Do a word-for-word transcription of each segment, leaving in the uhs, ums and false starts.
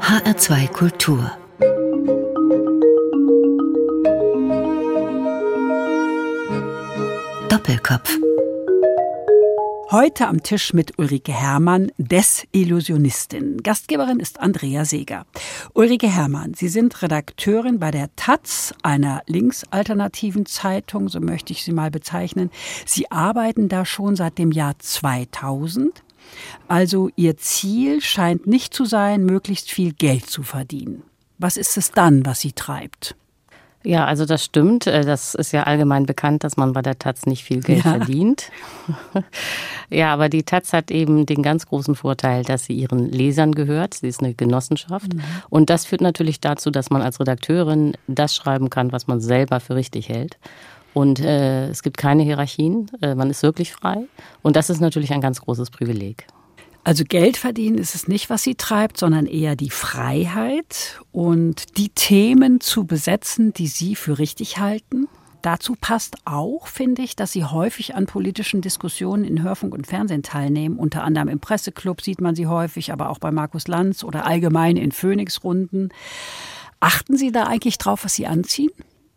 H R zwei Kultur. Doppelkopf. Heute am Tisch mit Ulrike Herrmann, Desillusionistin. Gastgeberin ist Andrea Seeger. Ulrike Herrmann, Sie sind Redakteurin bei der taz, einer linksalternativen Zeitung, so möchte ich sie mal bezeichnen. Sie arbeiten da schon seit dem Jahr zweitausend. Also Ihr Ziel scheint nicht zu sein, möglichst viel Geld zu verdienen. Was ist es dann, was Sie treibt? Ja, also das stimmt. Das ist ja allgemein bekannt, dass man bei der taz nicht viel Geld ja. verdient. Ja, aber die taz hat eben den ganz großen Vorteil, dass sie ihren Lesern gehört. Sie ist eine Genossenschaft. Mhm. Und das führt natürlich dazu, dass man als Redakteurin das schreiben kann, was man selber für richtig hält. Und äh, es gibt keine Hierarchien. Äh, man ist wirklich frei. Und das ist natürlich ein ganz großes Privileg. Also Geld verdienen ist es nicht, was Sie treibt, sondern eher die Freiheit und die Themen zu besetzen, die Sie für richtig halten. Dazu passt auch, finde ich, dass Sie häufig an politischen Diskussionen in Hörfunk und Fernsehen teilnehmen. Unter anderem im Presseclub sieht man Sie häufig, aber auch bei Markus Lanz oder allgemein in Phoenix-Runden. Achten Sie da eigentlich drauf, was Sie anziehen?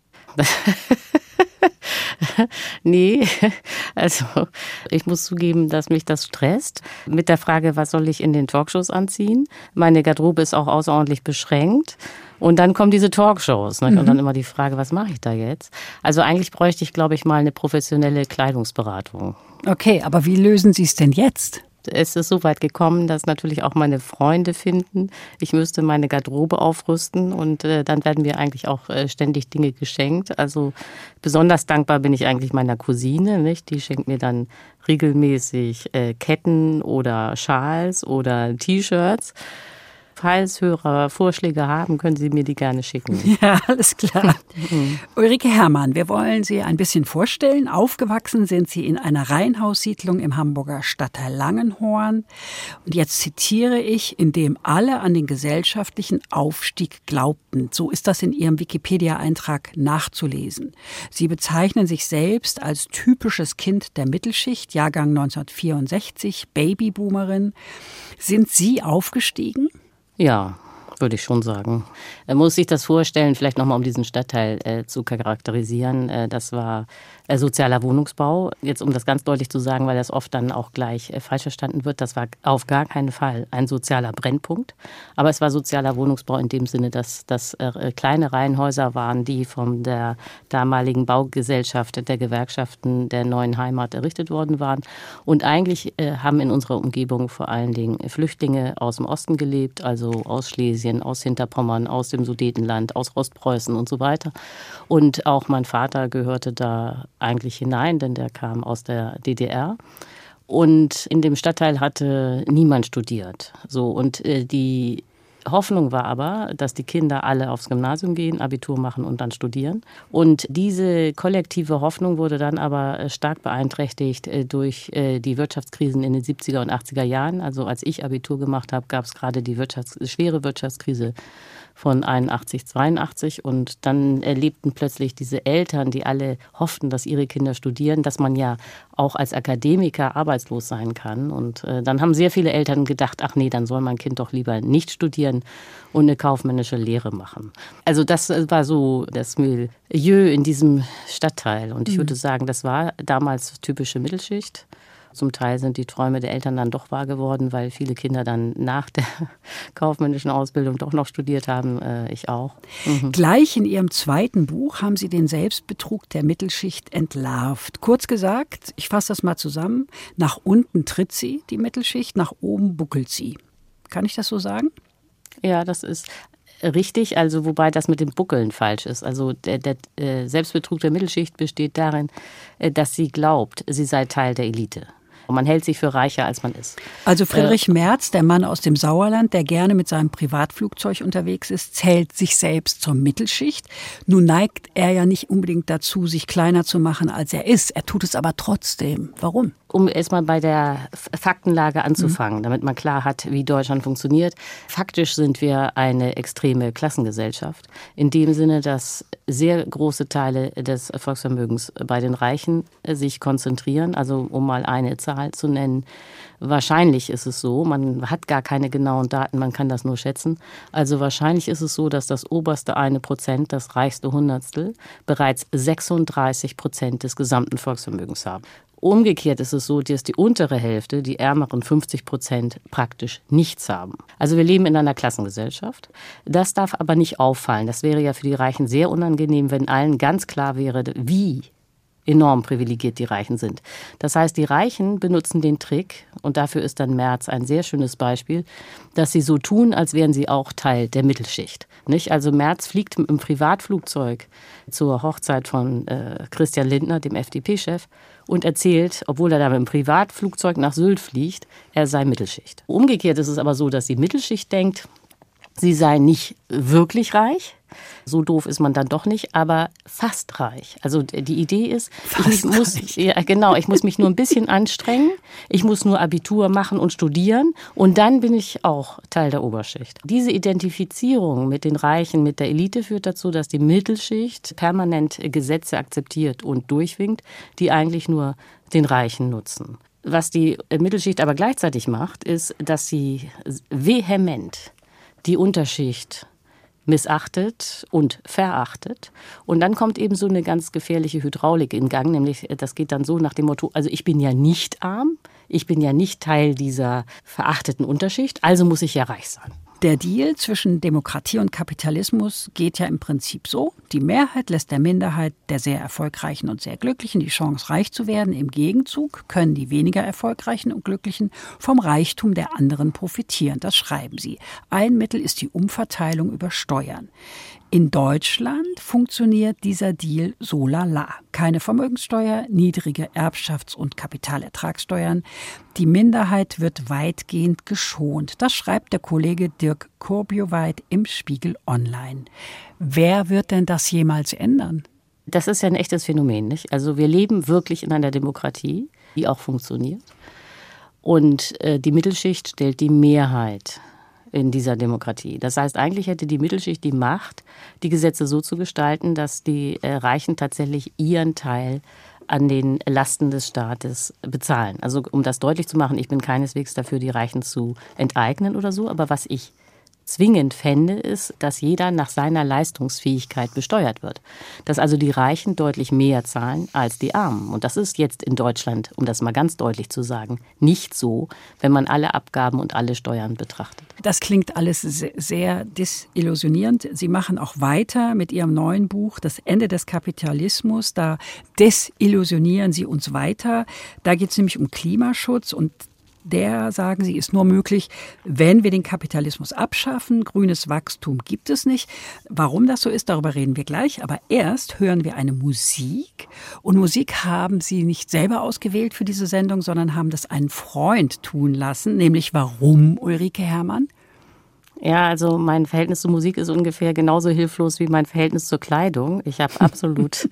Nee, also ich muss zugeben, dass mich das stresst. Mit der Frage, was soll ich in den Talkshows anziehen? Meine Garderobe ist auch außerordentlich beschränkt. Und dann kommen diese Talkshows. Ne? Mhm. Und dann immer die Frage, was mache ich da jetzt? Also eigentlich bräuchte ich, glaube ich, mal eine professionelle Kleidungsberatung. Okay, aber wie lösen Sie es denn jetzt? Es ist so weit gekommen, dass natürlich auch meine Freunde finden, ich müsste meine Garderobe aufrüsten und äh, dann werden mir eigentlich auch äh, ständig Dinge geschenkt. Also besonders dankbar bin ich eigentlich meiner Cousine, nicht? Die schenkt mir dann regelmäßig äh, Ketten oder Schals oder T-Shirts. Falls Hörer Vorschläge haben, können Sie mir die gerne schicken. Ja, alles klar. Mhm. Ulrike Herrmann, wir wollen Sie ein bisschen vorstellen. Aufgewachsen sind Sie in einer Reihenhaussiedlung im Hamburger Stadtteil Langenhorn. Und jetzt zitiere ich, in dem alle an den gesellschaftlichen Aufstieg glaubten. So ist das in Ihrem Wikipedia-Eintrag nachzulesen. Sie bezeichnen sich selbst als typisches Kind der Mittelschicht, Jahrgang neunzehnhundertvierundsechzig, Babyboomerin. Sind Sie aufgestiegen? Ja, würde ich schon sagen. Man muss sich das vorstellen, vielleicht nochmal um diesen Stadtteil äh, zu charakterisieren. Äh, das war äh, sozialer Wohnungsbau. Jetzt um das ganz deutlich zu sagen, weil das oft dann auch gleich äh, falsch verstanden wird, das war auf gar keinen Fall ein sozialer Brennpunkt. Aber es war sozialer Wohnungsbau in dem Sinne, dass das äh, kleine Reihenhäuser waren, die von der damaligen Baugesellschaft der Gewerkschaften der Neuen Heimat errichtet worden waren. Und eigentlich äh, haben in unserer Umgebung vor allen Dingen Flüchtlinge aus dem Osten gelebt, also aus Schlesien, aus Hinterpommern, aus dem Sudetenland, aus Ostpreußen und so weiter. Und auch mein Vater gehörte da eigentlich hinein, denn der kam aus der D D R. Und in dem Stadtteil hatte niemand studiert. So, und äh, die Hoffnung war aber, dass die Kinder alle aufs Gymnasium gehen, Abitur machen und dann studieren. Und diese kollektive Hoffnung wurde dann aber stark beeinträchtigt durch die Wirtschaftskrisen in den siebziger und achtziger Jahren. Also als ich Abitur gemacht habe, gab es gerade die Wirtschafts- schwere Wirtschaftskrise von einundachtzig, zweiundachtzig. Und dann erlebten plötzlich diese Eltern, die alle hofften, dass ihre Kinder studieren, dass man ja auch als Akademiker arbeitslos sein kann. Und äh, dann haben sehr viele Eltern gedacht, ach nee, dann soll mein Kind doch lieber nicht studieren und eine kaufmännische Lehre machen. Also das war so das Milieu in diesem Stadtteil. Und ich würde sagen, das war damals typische Mittelschicht. Zum Teil sind die Träume der Eltern dann doch wahr geworden, weil viele Kinder dann nach der kaufmännischen Ausbildung doch noch studiert haben, äh, ich auch. Mhm. Gleich in Ihrem zweiten Buch haben Sie den Selbstbetrug der Mittelschicht entlarvt. Kurz gesagt, ich fasse das mal zusammen, nach unten tritt sie, die Mittelschicht, nach oben buckelt sie. Kann ich das so sagen? Ja, das ist richtig, also wobei das mit dem Buckeln falsch ist. Also der, der äh, Selbstbetrug der Mittelschicht besteht darin, äh, dass sie glaubt, sie sei Teil der Elite. Und man hält sich für reicher, als man ist. Also Friedrich äh, Merz, der Mann aus dem Sauerland, der gerne mit seinem Privatflugzeug unterwegs ist, zählt sich selbst zur Mittelschicht. Nun neigt er ja nicht unbedingt dazu, sich kleiner zu machen, als er ist. Er tut es aber trotzdem. Warum? Um erstmal bei der Faktenlage anzufangen, mhm. damit man klar hat, wie Deutschland funktioniert. Faktisch sind wir eine extreme Klassengesellschaft. In dem Sinne, dass sehr große Teile des Volksvermögens bei den Reichen sich konzentrieren. Also um mal eine Zahl Zahl zu nennen. Wahrscheinlich ist es so, man hat gar keine genauen Daten, man kann das nur schätzen. Also wahrscheinlich ist es so, dass das oberste eine Prozent, das reichste Hundertstel, bereits sechsunddreißig Prozent des gesamten Volksvermögens haben. Umgekehrt ist es so, dass die untere Hälfte, die ärmeren fünfzig Prozent, praktisch nichts haben. Also wir leben in einer Klassengesellschaft. Das darf aber nicht auffallen. Das wäre ja für die Reichen sehr unangenehm, wenn allen ganz klar wäre, wie enorm privilegiert die Reichen sind. Das heißt, die Reichen benutzen den Trick, und dafür ist dann Merz ein sehr schönes Beispiel, dass sie so tun, als wären sie auch Teil der Mittelschicht. Nicht? Also Merz fliegt im Privatflugzeug zur Hochzeit von äh, Christian Lindner, dem F D P-Chef, und erzählt, obwohl er da mit dem Privatflugzeug nach Sylt fliegt, er sei Mittelschicht. Umgekehrt ist es aber so, dass die Mittelschicht denkt, sie sei nicht wirklich reich. So doof ist man dann doch nicht, aber fast reich. Also die Idee ist, ich muss, ja, genau, ich muss mich nur ein bisschen anstrengen, ich muss nur Abitur machen und studieren und dann bin ich auch Teil der Oberschicht. Diese Identifizierung mit den Reichen, mit der Elite führt dazu, dass die Mittelschicht permanent Gesetze akzeptiert und durchwinkt, die eigentlich nur den Reichen nutzen. Was die Mittelschicht aber gleichzeitig macht, ist, dass sie vehement die Unterschicht missachtet und verachtet. Und dann kommt eben so eine ganz gefährliche Hydraulik in Gang, nämlich das geht dann so nach dem Motto, also ich bin ja nicht arm, ich bin ja nicht Teil dieser verachteten Unterschicht, also muss ich ja reich sein. Der Deal zwischen Demokratie und Kapitalismus geht ja im Prinzip so. Die Mehrheit lässt der Minderheit, der sehr Erfolgreichen und sehr Glücklichen, die Chance, reich zu werden. Im Gegenzug können die weniger Erfolgreichen und Glücklichen vom Reichtum der anderen profitieren. Das schreiben sie. Ein Mittel ist die Umverteilung über Steuern. In Deutschland funktioniert dieser Deal so lala. Keine Vermögenssteuer, niedrige Erbschafts- und Kapitalertragssteuern. Die Minderheit wird weitgehend geschont. Das schreibt der Kollege Dirk Kurbjuweit im Spiegel Online. Wer wird denn das jemals ändern? Das ist ja ein echtes Phänomen, nicht? Also wir leben wirklich in einer Demokratie, die auch funktioniert. Und äh, die Mittelschicht stellt die Mehrheit in dieser Demokratie. Das heißt, eigentlich hätte die Mittelschicht die Macht, die Gesetze so zu gestalten, dass die äh, Reichen tatsächlich ihren Teil an den Lasten des Staates bezahlen. Also um das deutlich zu machen, ich bin keineswegs dafür, die Reichen zu enteignen oder so, aber was ich zwingend fände, ist, dass jeder nach seiner Leistungsfähigkeit besteuert wird. Dass also die Reichen deutlich mehr zahlen als die Armen. Und das ist jetzt in Deutschland, um das mal ganz deutlich zu sagen, nicht so, wenn man alle Abgaben und alle Steuern betrachtet. Das klingt alles sehr desillusionierend. Sie machen auch weiter mit Ihrem neuen Buch Das Ende des Kapitalismus. Da desillusionieren Sie uns weiter. Da geht es nämlich um Klimaschutz und der, sagen Sie, ist nur möglich, wenn wir den Kapitalismus abschaffen. Grünes Wachstum gibt es nicht. Warum das so ist, darüber reden wir gleich. Aber erst hören wir eine Musik. Und Musik haben Sie nicht selber ausgewählt für diese Sendung, sondern haben das einen Freund tun lassen. Nämlich warum, Ulrike Herrmann? Ja, also mein Verhältnis zur Musik ist ungefähr genauso hilflos wie mein Verhältnis zur Kleidung. Ich habe absolut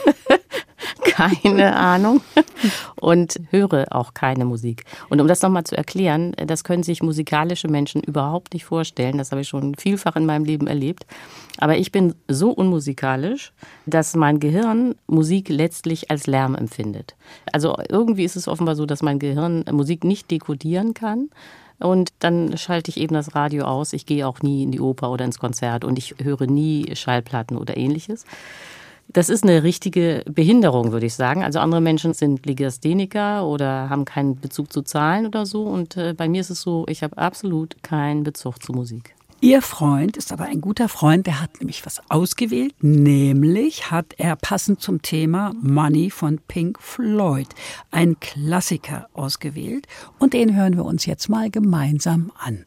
keine Ahnung und höre auch keine Musik. Und um das nochmal zu erklären, das können sich musikalische Menschen überhaupt nicht vorstellen. Das habe ich schon vielfach in meinem Leben erlebt. Aber ich bin so unmusikalisch, dass mein Gehirn Musik letztlich als Lärm empfindet. Also irgendwie ist es offenbar so, dass mein Gehirn Musik nicht dekodieren kann. Und dann schalte ich eben das Radio aus. Ich gehe auch nie in die Oper oder ins Konzert und ich höre nie Schallplatten oder Ähnliches. Das ist eine richtige Behinderung, würde ich sagen. Also andere Menschen sind Legastheniker oder haben keinen Bezug zu Zahlen oder so. Und äh, bei mir ist es so, ich habe absolut keinen Bezug zu Musik. Ihr Freund ist aber ein guter Freund, der hat nämlich was ausgewählt. Nämlich hat er passend zum Thema Money von Pink Floyd einen Klassiker ausgewählt. Und den hören wir uns jetzt mal gemeinsam an.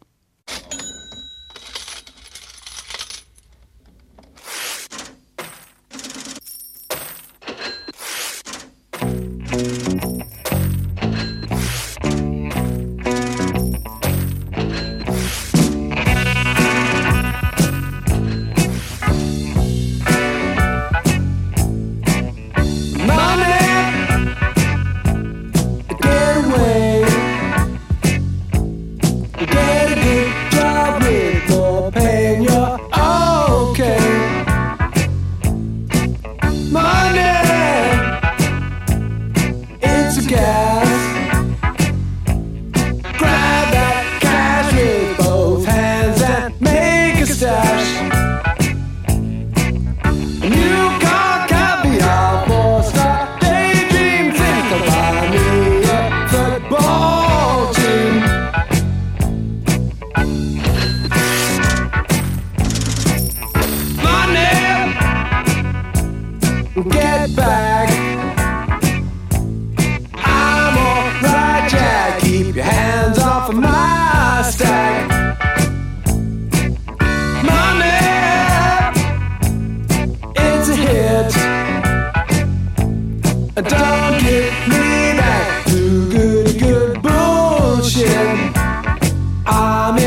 Get away, get again.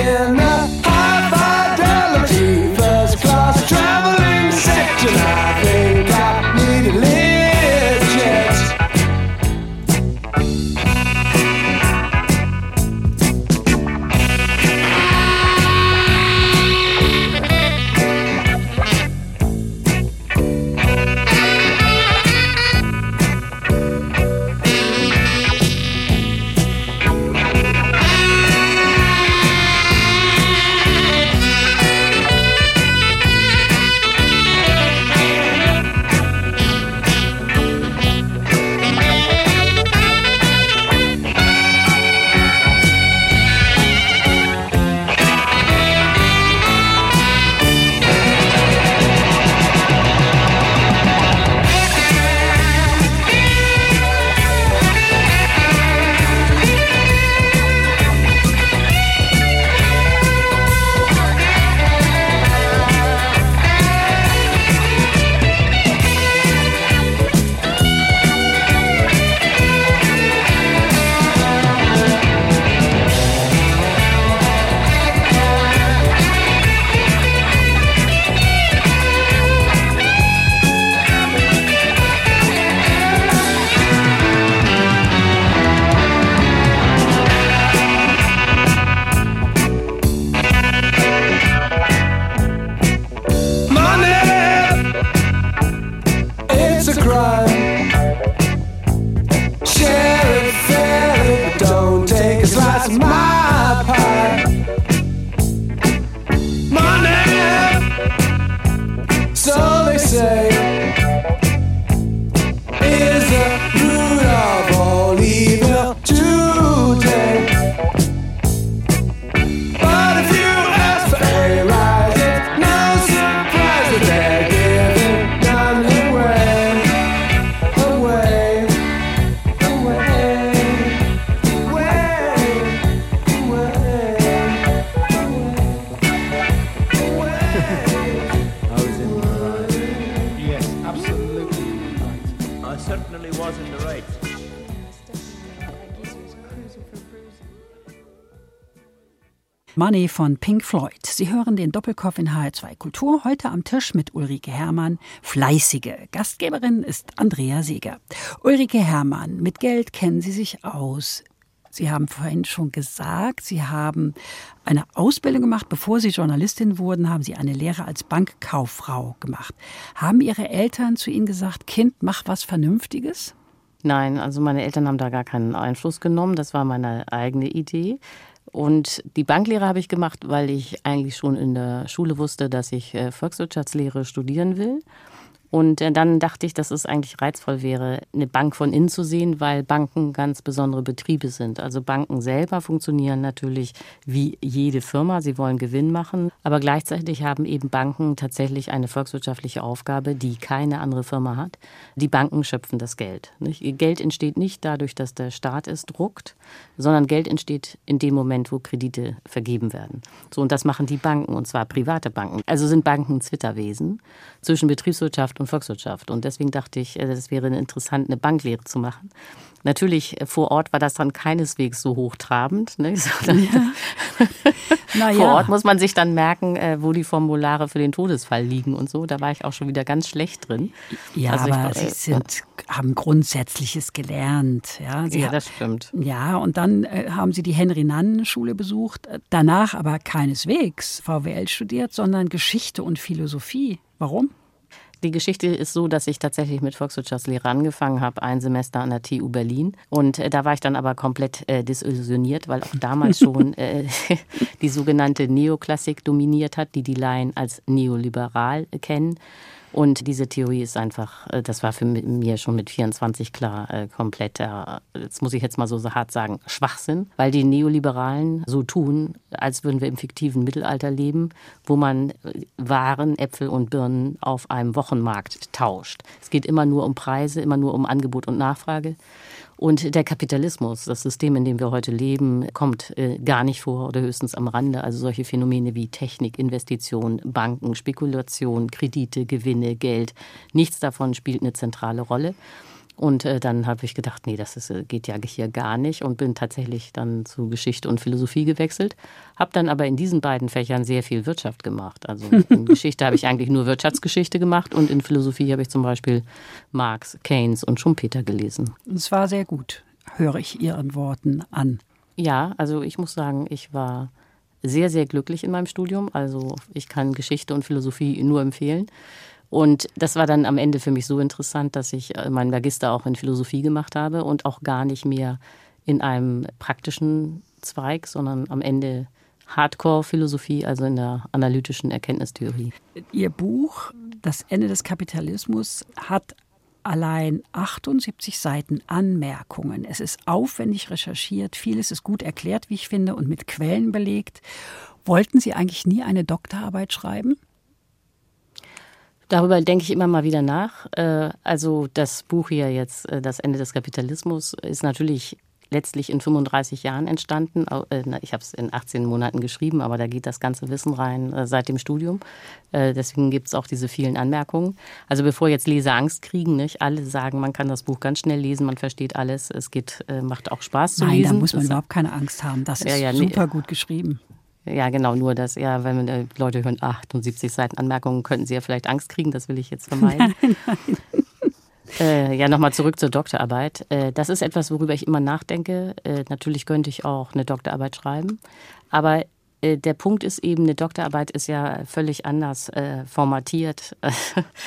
in the high fidelity first class traveling section. I think I need a lift jet. Money von Pink Floyd. Sie hören den Doppelkopf in H R zwei Kultur. Heute am Tisch mit Ulrike Herrmann. Fleißige Gastgeberin ist Andrea Seeger. Ulrike Herrmann, mit Geld kennen Sie sich aus. Sie haben vorhin schon gesagt, Sie haben eine Ausbildung gemacht. Bevor Sie Journalistin wurden, haben Sie eine Lehre als Bankkauffrau gemacht. Haben Ihre Eltern zu Ihnen gesagt, Kind, mach was Vernünftiges? Nein, also meine Eltern haben da gar keinen Einfluss genommen. Das war meine eigene Idee. Und die Banklehre habe ich gemacht, weil ich eigentlich schon in der Schule wusste, dass ich Volkswirtschaftslehre studieren will. Und dann dachte ich, dass es eigentlich reizvoll wäre, eine Bank von innen zu sehen, weil Banken ganz besondere Betriebe sind. Also Banken selber funktionieren natürlich wie jede Firma. Sie wollen Gewinn machen. Aber gleichzeitig haben eben Banken tatsächlich eine volkswirtschaftliche Aufgabe, die keine andere Firma hat. Die Banken schöpfen das Geld. Geld entsteht nicht dadurch, dass der Staat es druckt, sondern Geld entsteht in dem Moment, wo Kredite vergeben werden. So, und das machen die Banken, und zwar private Banken. Also sind Banken Zwitterwesen zwischen Betriebswirtschaft und Volkswirtschaft. Und deswegen dachte ich, es wäre interessant, eine Banklehre zu machen. Natürlich, vor Ort war das dann keineswegs so hochtrabend. Ne? Ja. Na ja. Vor Ort muss man sich dann merken, wo die Formulare für den Todesfall liegen und so. Da war ich auch schon wieder ganz schlecht drin. Ja, also aber ich, Sie sind, ja. haben Grundsätzliches gelernt. Ja, Sie ja das stimmt. Ja, und dann äh, haben Sie die Henry-Nannen-Schule besucht. Danach aber keineswegs V W L studiert, sondern Geschichte und Philosophie. Warum? Die Geschichte ist so, dass ich tatsächlich mit Volkswirtschaftslehre angefangen habe, ein Semester an der T U Berlin. Und äh, da war ich dann aber komplett äh, desillusioniert, weil auch damals schon äh, die sogenannte Neoklassik dominiert hat, die die Laien als neoliberal äh, kennen. Und diese Theorie ist einfach, das war für mich schon mit vierundzwanzig klar, äh, komplett, äh, jetzt muss ich jetzt mal so hart sagen, Schwachsinn. Weil die Neoliberalen so tun, als würden wir im fiktiven Mittelalter leben, wo man Waren, Äpfel und Birnen auf einem Wochenmarkt tauscht. Es geht immer nur um Preise, immer nur um Angebot und Nachfrage. Und der Kapitalismus, das System, in dem wir heute leben, kommt äh, gar nicht vor oder höchstens am Rande. Also solche Phänomene wie Technik, Investition, Banken, Spekulation, Kredite, Gewinne, Geld, nichts davon spielt eine zentrale Rolle. Und äh, dann habe ich gedacht, nee, das ist, geht ja hier gar nicht und bin tatsächlich dann zu Geschichte und Philosophie gewechselt. Habe dann aber in diesen beiden Fächern sehr viel Wirtschaft gemacht. Also in Geschichte habe ich eigentlich nur Wirtschaftsgeschichte gemacht und in Philosophie habe ich zum Beispiel Marx, Keynes und Schumpeter gelesen. Es war sehr gut, höre ich Ihren Worten an. Ja, also ich muss sagen, ich war sehr, sehr glücklich in meinem Studium. Also ich kann Geschichte und Philosophie nur empfehlen. Und das war dann am Ende für mich so interessant, dass ich meinen Magister auch in Philosophie gemacht habe und auch gar nicht mehr in einem praktischen Zweig, sondern am Ende Hardcore-Philosophie, also in der analytischen Erkenntnistheorie. Ihr Buch Das Ende des Kapitalismus hat allein achtundsiebzig Seiten Anmerkungen. Es ist aufwendig recherchiert, vieles ist gut erklärt, wie ich finde, und mit Quellen belegt. Wollten Sie eigentlich nie eine Doktorarbeit schreiben? Darüber denke ich immer mal wieder nach. Also das Buch hier jetzt, Das Ende des Kapitalismus, ist natürlich letztlich in fünfunddreißig Jahren entstanden. Ich habe es in achtzehn Monaten geschrieben, aber da geht das ganze Wissen rein seit dem Studium. Deswegen gibt es auch diese vielen Anmerkungen. Also bevor jetzt Leser Angst kriegen, nicht? Alle sagen, man kann das Buch ganz schnell lesen, man versteht alles. Es geht, macht auch Spaß zu Nein, lesen. Nein, da muss man das überhaupt keine Angst haben. Das ist ja, ja, super nee. gut geschrieben. Ja, genau, nur dass, ja, wenn äh, Leute hören, achtundsiebzig Seiten Anmerkungen, könnten sie ja vielleicht Angst kriegen, das will ich jetzt vermeiden. Nein, nein. Äh, ja, nochmal zurück zur Doktorarbeit. Äh, das ist etwas, worüber ich immer nachdenke. Äh, natürlich könnte ich auch eine Doktorarbeit schreiben, aber äh, der Punkt ist eben, eine Doktorarbeit ist ja völlig anders äh, formatiert äh,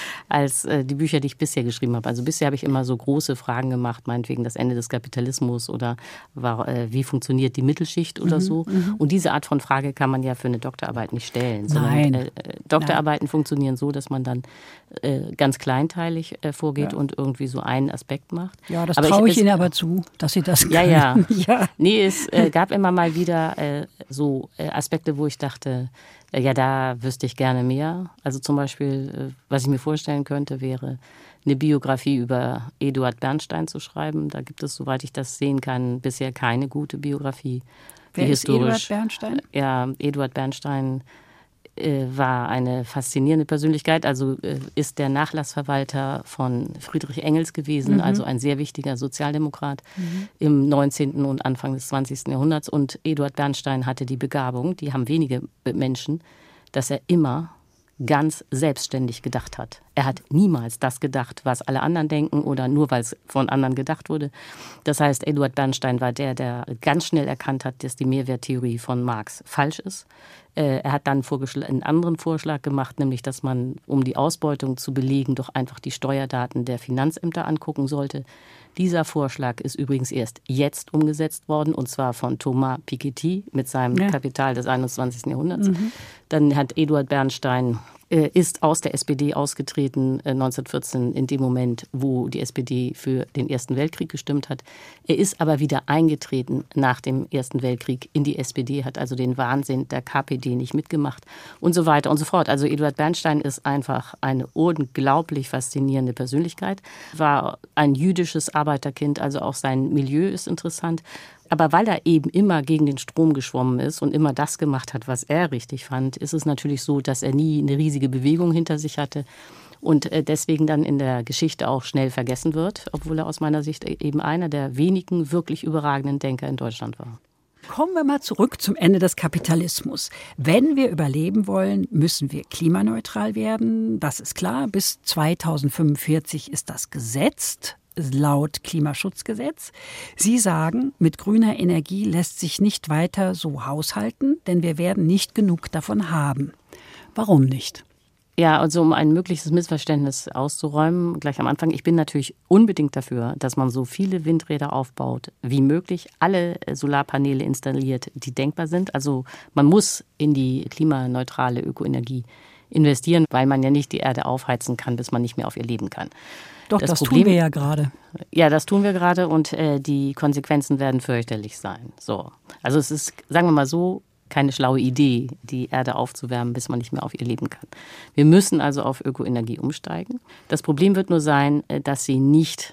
als äh, die Bücher, die ich bisher geschrieben habe. Also bisher habe ich immer so große Fragen gemacht, meinetwegen das Ende des Kapitalismus oder war, äh, wie funktioniert die Mittelschicht oder mhm, so. Mhm. Und diese Art von Frage kann man ja für eine Doktorarbeit nicht stellen. Nein. Sondern, äh, Doktorarbeiten Nein. funktionieren so, dass man dann äh, ganz kleinteilig äh, vorgeht Ja. und irgendwie so einen Aspekt macht. Ja, das Aber traue ich, es- Ihnen aber zu, dass Sie das können. Ja, ja. ja. Nee, es äh, gab immer mal wieder äh, so äh, Aspekte, wo ich dachte, äh, ja, da wüsste ich gerne mehr. Also zum Beispiel, äh, was ich mir vorstellen könnte, wäre eine Biografie über Eduard Bernstein zu schreiben. Da gibt es, soweit ich das sehen kann, bisher keine gute Biografie. Wer die ist Eduard Bernstein? Ja, Eduard Bernstein äh, war eine faszinierende Persönlichkeit, also äh, ist der Nachlassverwalter von Friedrich Engels gewesen, Mhm. also ein sehr wichtiger Sozialdemokrat Mhm. im neunzehnten und Anfang des zwanzigsten Jahrhunderts. Und Eduard Bernstein hatte die Begabung, die haben wenige Menschen, dass er immer ganz selbstständig gedacht hat. Er hat niemals das gedacht, was alle anderen denken oder nur weil es von anderen gedacht wurde. Das heißt, Eduard Bernstein war der, der ganz schnell erkannt hat, dass die Mehrwerttheorie von Marx falsch ist. Äh, er hat dann vorgeschl- einen anderen Vorschlag gemacht, nämlich, dass man, um die Ausbeutung zu belegen, doch einfach die Steuerdaten der Finanzämter angucken sollte. Dieser Vorschlag ist übrigens erst jetzt umgesetzt worden, und zwar von Thomas Piketty mit seinem Ja. Kapital des einundzwanzigsten Jahrhunderts. Mhm. Dann hat Eduard Bernstein äh, ist aus der S P D ausgetreten äh, neunzehnhundertvierzehn, in dem Moment, wo die S P D für den Ersten Weltkrieg gestimmt hat. Er ist aber wieder eingetreten nach dem Ersten Weltkrieg in die S P D, hat also den Wahnsinn der K P D nicht mitgemacht und so weiter und so fort. Also Eduard Bernstein ist einfach eine unglaublich faszinierende Persönlichkeit, war ein jüdisches Arbeiterkind, also auch sein Milieu ist interessant. Aber weil er eben immer gegen den Strom geschwommen ist und immer das gemacht hat, was er richtig fand, ist es natürlich so, dass er nie eine riesige Bewegung hinter sich hatte und deswegen dann in der Geschichte auch schnell vergessen wird, obwohl er aus meiner Sicht eben einer der wenigen wirklich überragenden Denker in Deutschland war. Kommen wir mal zurück zum Ende des Kapitalismus. Wenn wir überleben wollen, müssen wir klimaneutral werden. Das ist klar. Bis zweitausendfünfundvierzig ist das gesetzt, laut Klimaschutzgesetz. Sie sagen, mit grüner Energie lässt sich nicht weiter so haushalten, denn wir werden nicht genug davon haben. Warum nicht? Ja, also um ein mögliches Missverständnis auszuräumen, gleich am Anfang, ich bin natürlich unbedingt dafür, dass man so viele Windräder aufbaut wie möglich, alle Solarpaneele installiert, die denkbar sind. Also man muss in die klimaneutrale Ökoenergie investieren, weil man ja nicht die Erde aufheizen kann, bis man nicht mehr auf ihr leben kann. Doch, das, das Problem, tun wir ja gerade. Ja, das tun wir gerade und äh, die Konsequenzen werden fürchterlich sein. So. Also es ist, sagen wir mal so, keine schlaue Idee, die Erde aufzuwärmen, bis man nicht mehr auf ihr leben kann. Wir müssen also auf Ökoenergie umsteigen. Das Problem wird nur sein, dass sie nicht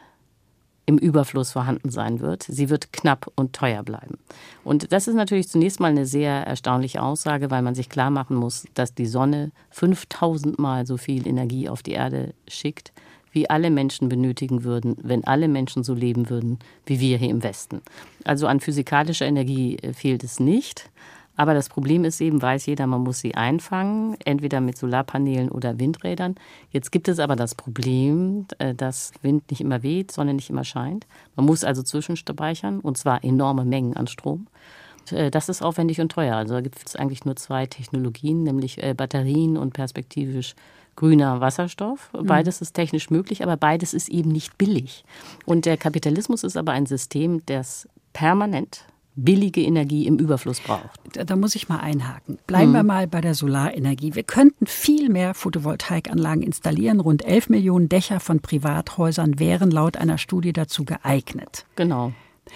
im Überfluss vorhanden sein wird. Sie wird knapp und teuer bleiben. Und das ist natürlich zunächst mal eine sehr erstaunliche Aussage, weil man sich klar machen muss, dass die Sonne fünftausend Mal so viel Energie auf die Erde schickt, wie alle Menschen benötigen würden, wenn alle Menschen so leben würden, wie wir hier im Westen. Also an physikalischer Energie fehlt es nicht. Aber das Problem ist eben, weiß jeder, man muss sie einfangen, entweder mit Solarpanelen oder Windrädern. Jetzt gibt es aber das Problem, dass Wind nicht immer weht, Sonne nicht immer scheint. Man muss also zwischenspeichern, und zwar enorme Mengen an Strom. Das ist aufwendig und teuer. Also da gibt es eigentlich nur zwei Technologien, nämlich Batterien und perspektivisch grüner Wasserstoff. Beides ist technisch möglich, aber beides ist eben nicht billig. Und der Kapitalismus ist aber ein System, das permanent billige Energie im Überfluss braucht. Da, da muss ich mal einhaken. Bleiben hm. wir mal bei der Solarenergie. Wir könnten viel mehr Photovoltaikanlagen installieren. Rund elf Millionen Dächer von Privathäusern wären laut einer Studie dazu geeignet. Genau.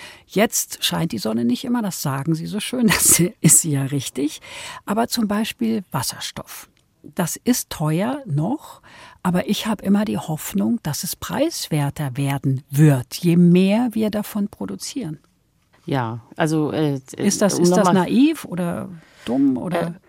Jetzt scheint die Sonne nicht immer, das sagen Sie so schön, das ist ja richtig. Aber zum Beispiel Wasserstoff. Das ist teuer noch, aber ich habe immer die Hoffnung, dass es preiswerter werden wird, je mehr wir davon produzieren. Ja, also äh, ist das, um ist das mal, naiv oder dumm oder? Äh,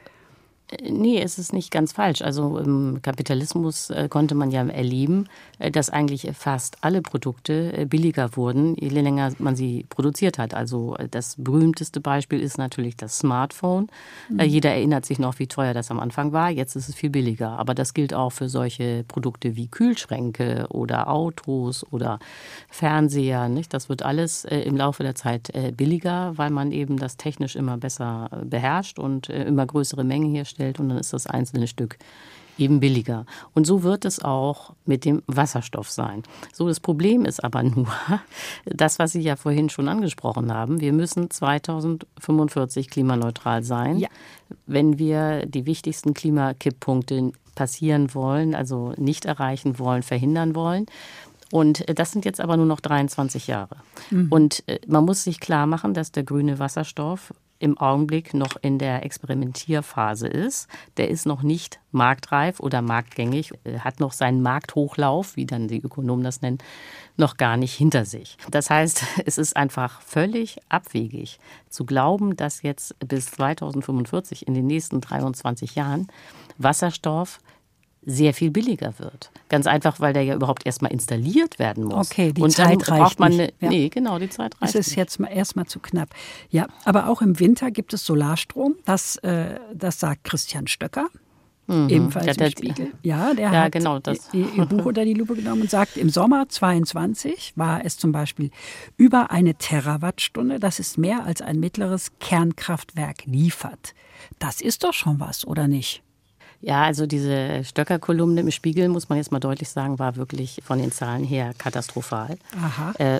Nee, es ist nicht ganz falsch. Also im Kapitalismus äh, konnte man ja erleben, äh, dass eigentlich fast alle Produkte äh, billiger wurden, je länger man sie produziert hat. Also äh, das berühmteste Beispiel ist natürlich das Smartphone. Mhm. Äh, jeder erinnert sich noch, wie teuer das am Anfang war. Jetzt ist es viel billiger. Aber das gilt auch für solche Produkte wie Kühlschränke oder Autos oder Fernseher. Nicht? Das wird alles äh, im Laufe der Zeit äh, billiger, weil man eben das technisch immer besser äh, beherrscht und äh, immer größere Mengen herstellt. Und dann ist das einzelne Stück eben billiger. Und so wird es auch mit dem Wasserstoff sein. So, das Problem ist aber nur, das, was Sie ja vorhin schon angesprochen haben, wir müssen zweitausendfünfundvierzig klimaneutral sein, ja. wenn wir die wichtigsten Klimakipppunkte passieren wollen, also nicht erreichen wollen, verhindern wollen. Und das sind jetzt aber nur noch dreiundzwanzig Jahre. Mhm. Und man muss sich klar machen, dass der grüne Wasserstoff im Augenblick noch in der Experimentierphase ist. Der ist noch nicht marktreif oder marktgängig, hat noch seinen Markthochlauf, wie dann die Ökonomen das nennen, noch gar nicht hinter sich. Das heißt, es ist einfach völlig abwegig zu glauben, dass jetzt bis zweitausendfünfundvierzig in den nächsten dreiundzwanzig Jahren Wasserstoff sehr viel billiger wird. Ganz einfach, weil der ja überhaupt erstmal installiert werden muss. Okay, die und Zeit dann reicht braucht man nicht. Eine, ja. Nee, genau, die Zeit reicht nicht. Es ist jetzt mal erstmal zu knapp. Ja, aber auch im Winter gibt es Solarstrom. Das, äh, das sagt Christian Stöcker. Mhm. Ebenfalls ja, der, im Spiegel. Ja, der ja, hat genau, das. ihr Buch unter die Lupe genommen und sagt, im Sommer zweiundzwanzig war es zum Beispiel über eine Terawattstunde. Das ist mehr, als ein mittleres Kernkraftwerk liefert. Das ist doch schon was, oder nicht? Ja, also diese Stöcker-Kolumne im Spiegel, muss man jetzt mal deutlich sagen, war wirklich von den Zahlen her katastrophal. Aha. Äh,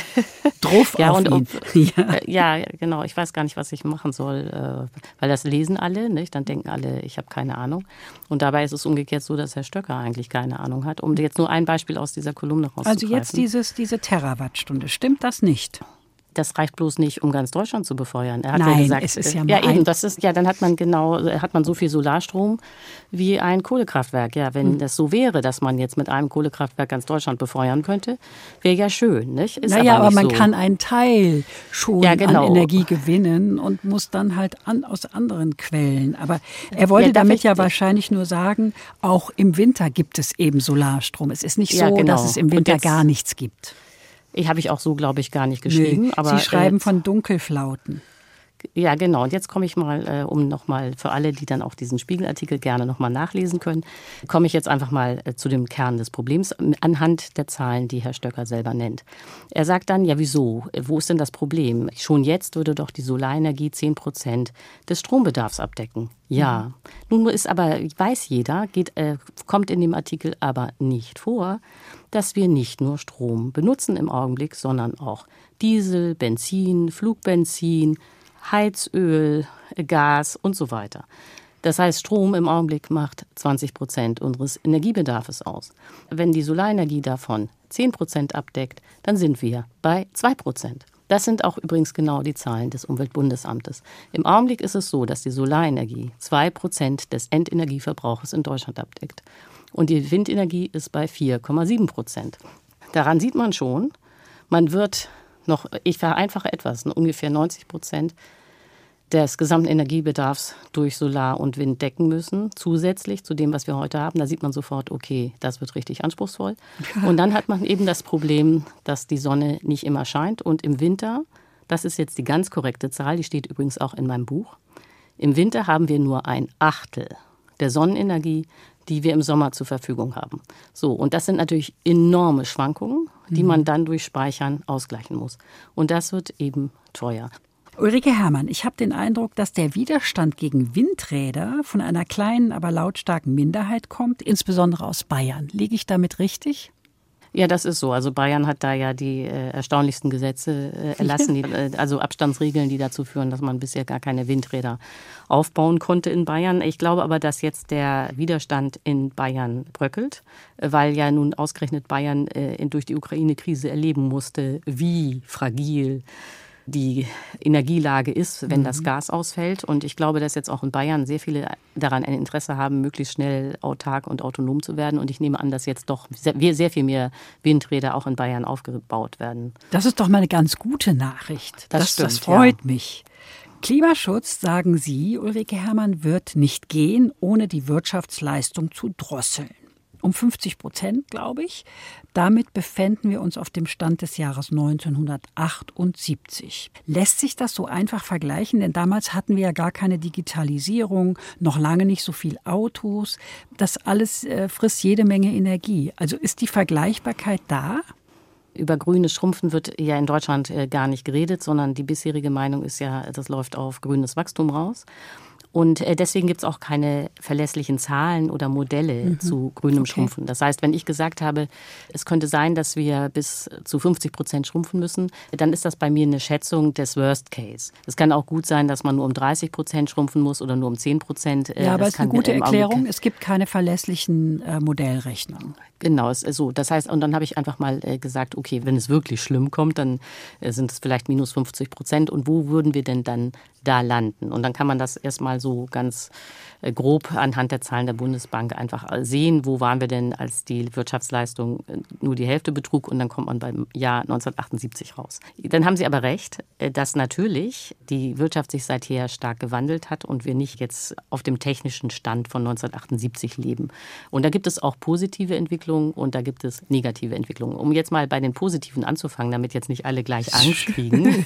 Druff ja, auf und, ihn. Ja. Äh, ja, genau. Ich weiß gar nicht, was ich machen soll, äh, weil das lesen alle, nicht? Dann denken alle, ich habe keine Ahnung. Und dabei ist es umgekehrt so, dass Herr Stöcker eigentlich keine Ahnung hat. Um jetzt nur ein Beispiel aus dieser Kolumne rauszugreifen. Also jetzt dieses, diese Terawattstunde, stimmt das nicht? Das reicht bloß nicht, um ganz Deutschland zu befeuern. Er hat Nein, ja gesagt, es ist ja, ja eben, das ist ja, dann hat man genau, hat man so viel Solarstrom wie ein Kohlekraftwerk. Ja, wenn hm. das so wäre, dass man jetzt mit einem Kohlekraftwerk ganz Deutschland befeuern könnte, wäre ja schön, nicht? Ist naja, aber, aber, man so. kann einen Teil schon ja, genau. an Energie gewinnen und muss dann halt an, aus anderen Quellen. Aber er wollte ja, damit ich, ja wahrscheinlich nur sagen, auch im Winter gibt es eben Solarstrom. Es ist nicht so, ja, genau. dass es im Winter jetzt, gar nichts gibt. Ich habe ich auch so, glaube ich, gar nicht geschrieben. Nö, aber, Sie schreiben äh, von Dunkelflauten. Ja, genau. Und jetzt komme ich mal, äh, um nochmal für alle, die dann auch diesen Spiegelartikel gerne nochmal nachlesen können, komme ich jetzt einfach mal äh, zu dem Kern des Problems anhand der Zahlen, die Herr Stöcker selber nennt. Er sagt dann, ja wieso, wo ist denn das Problem? Schon jetzt würde doch die Solarenergie zehn Prozent des Strombedarfs abdecken. Ja, mhm. Nun ist aber, weiß jeder, geht, äh, kommt in dem Artikel aber nicht vor, dass wir nicht nur Strom benutzen im Augenblick, sondern auch Diesel, Benzin, Flugbenzin, Heizöl, Gas und so weiter. Das heißt, Strom im Augenblick macht zwanzig Prozent unseres Energiebedarfs aus. Wenn die Solarenergie davon zehn Prozent abdeckt, dann sind wir bei zwei Prozent. Das sind auch übrigens genau die Zahlen des Umweltbundesamtes. Im Augenblick ist es so, dass die Solarenergie zwei Prozent des Endenergieverbrauchs in Deutschland abdeckt. Und die Windenergie ist bei vier Komma sieben Prozent. Daran sieht man schon, man wird noch, ich vereinfache etwas, ungefähr neunzig Prozent des gesamten Energiebedarfs durch Solar und Wind decken müssen, zusätzlich zu dem, was wir heute haben. Da sieht man sofort, okay, das wird richtig anspruchsvoll. Und dann hat man eben das Problem, dass die Sonne nicht immer scheint. Und im Winter, das ist jetzt die ganz korrekte Zahl, die steht übrigens auch in meinem Buch, im Winter haben wir nur ein Achtel der Sonnenenergie, die wir im Sommer zur Verfügung haben. So, und das sind natürlich enorme Schwankungen, die man dann durch Speichern ausgleichen muss. Und das wird eben teuer. Ulrike Herrmann, ich habe den Eindruck, dass der Widerstand gegen Windräder von einer kleinen, aber lautstarken Minderheit kommt, insbesondere aus Bayern. Liege ich damit richtig? Ja, das ist so. Also Bayern hat da ja die äh, erstaunlichsten Gesetze äh, erlassen, die, äh, also Abstandsregeln, die dazu führen, dass man bisher gar keine Windräder aufbauen konnte in Bayern. Ich glaube aber, dass jetzt der Widerstand in Bayern bröckelt, weil ja nun ausgerechnet Bayern äh, durch die Ukraine-Krise erleben musste, wie fragil die Energielage ist, wenn das Gas ausfällt. Und ich glaube, dass jetzt auch in Bayern sehr viele daran ein Interesse haben, möglichst schnell autark und autonom zu werden. Und ich nehme an, dass jetzt doch sehr, sehr viel mehr Windräder auch in Bayern aufgebaut werden. Das ist doch mal eine ganz gute Nachricht. Das, das, stimmt, das freut ja. mich. Klimaschutz, sagen Sie, Ulrike Herrmann, wird nicht gehen, ohne die Wirtschaftsleistung zu drosseln. Um fünfzig Prozent, glaube ich. Damit befänden wir uns auf dem Stand des Jahres neunzehnhundertachtundsiebzig. Lässt sich das so einfach vergleichen? Denn damals hatten wir ja gar keine Digitalisierung, noch lange nicht so viel Autos. Das alles äh, frisst jede Menge Energie. Also ist die Vergleichbarkeit da? Über grünes Schrumpfen wird ja in Deutschland äh, gar nicht geredet, sondern die bisherige Meinung ist ja, das läuft auf grünes Wachstum raus. Und deswegen gibt es auch keine verlässlichen Zahlen oder Modelle mhm. zu grünem okay. Schrumpfen. Das heißt, wenn ich gesagt habe, es könnte sein, dass wir bis zu fünfzig Prozent schrumpfen müssen, dann ist das bei mir eine Schätzung des Worst Case. Es kann auch gut sein, dass man nur um dreißig Prozent schrumpfen muss oder nur um zehn Prozent. Ja, aber es ist eine gute Erklärung. Es gibt keine verlässlichen äh, Modellrechnungen. Genau, es ist so. Das heißt, und dann habe ich einfach mal äh, gesagt, okay, wenn es wirklich schlimm kommt, dann äh, sind es vielleicht minus fünfzig Prozent. Und wo würden wir denn dann da landen? Und dann kann man das erstmal so ganz äh, grob anhand der Zahlen der Bundesbank einfach sehen, wo waren wir denn, als die Wirtschaftsleistung äh, nur die Hälfte betrug, und dann kommt man beim Jahr neunzehnhundertachtundsiebzig raus. Dann haben Sie aber recht, äh, dass natürlich die Wirtschaft sich seither stark gewandelt hat und wir nicht jetzt auf dem technischen Stand von neunzehnhundertachtundsiebzig leben. Und da gibt es auch positive Entwicklungen und da gibt es negative Entwicklungen. Um jetzt mal bei den positiven anzufangen, damit jetzt nicht alle gleich Angst kriegen.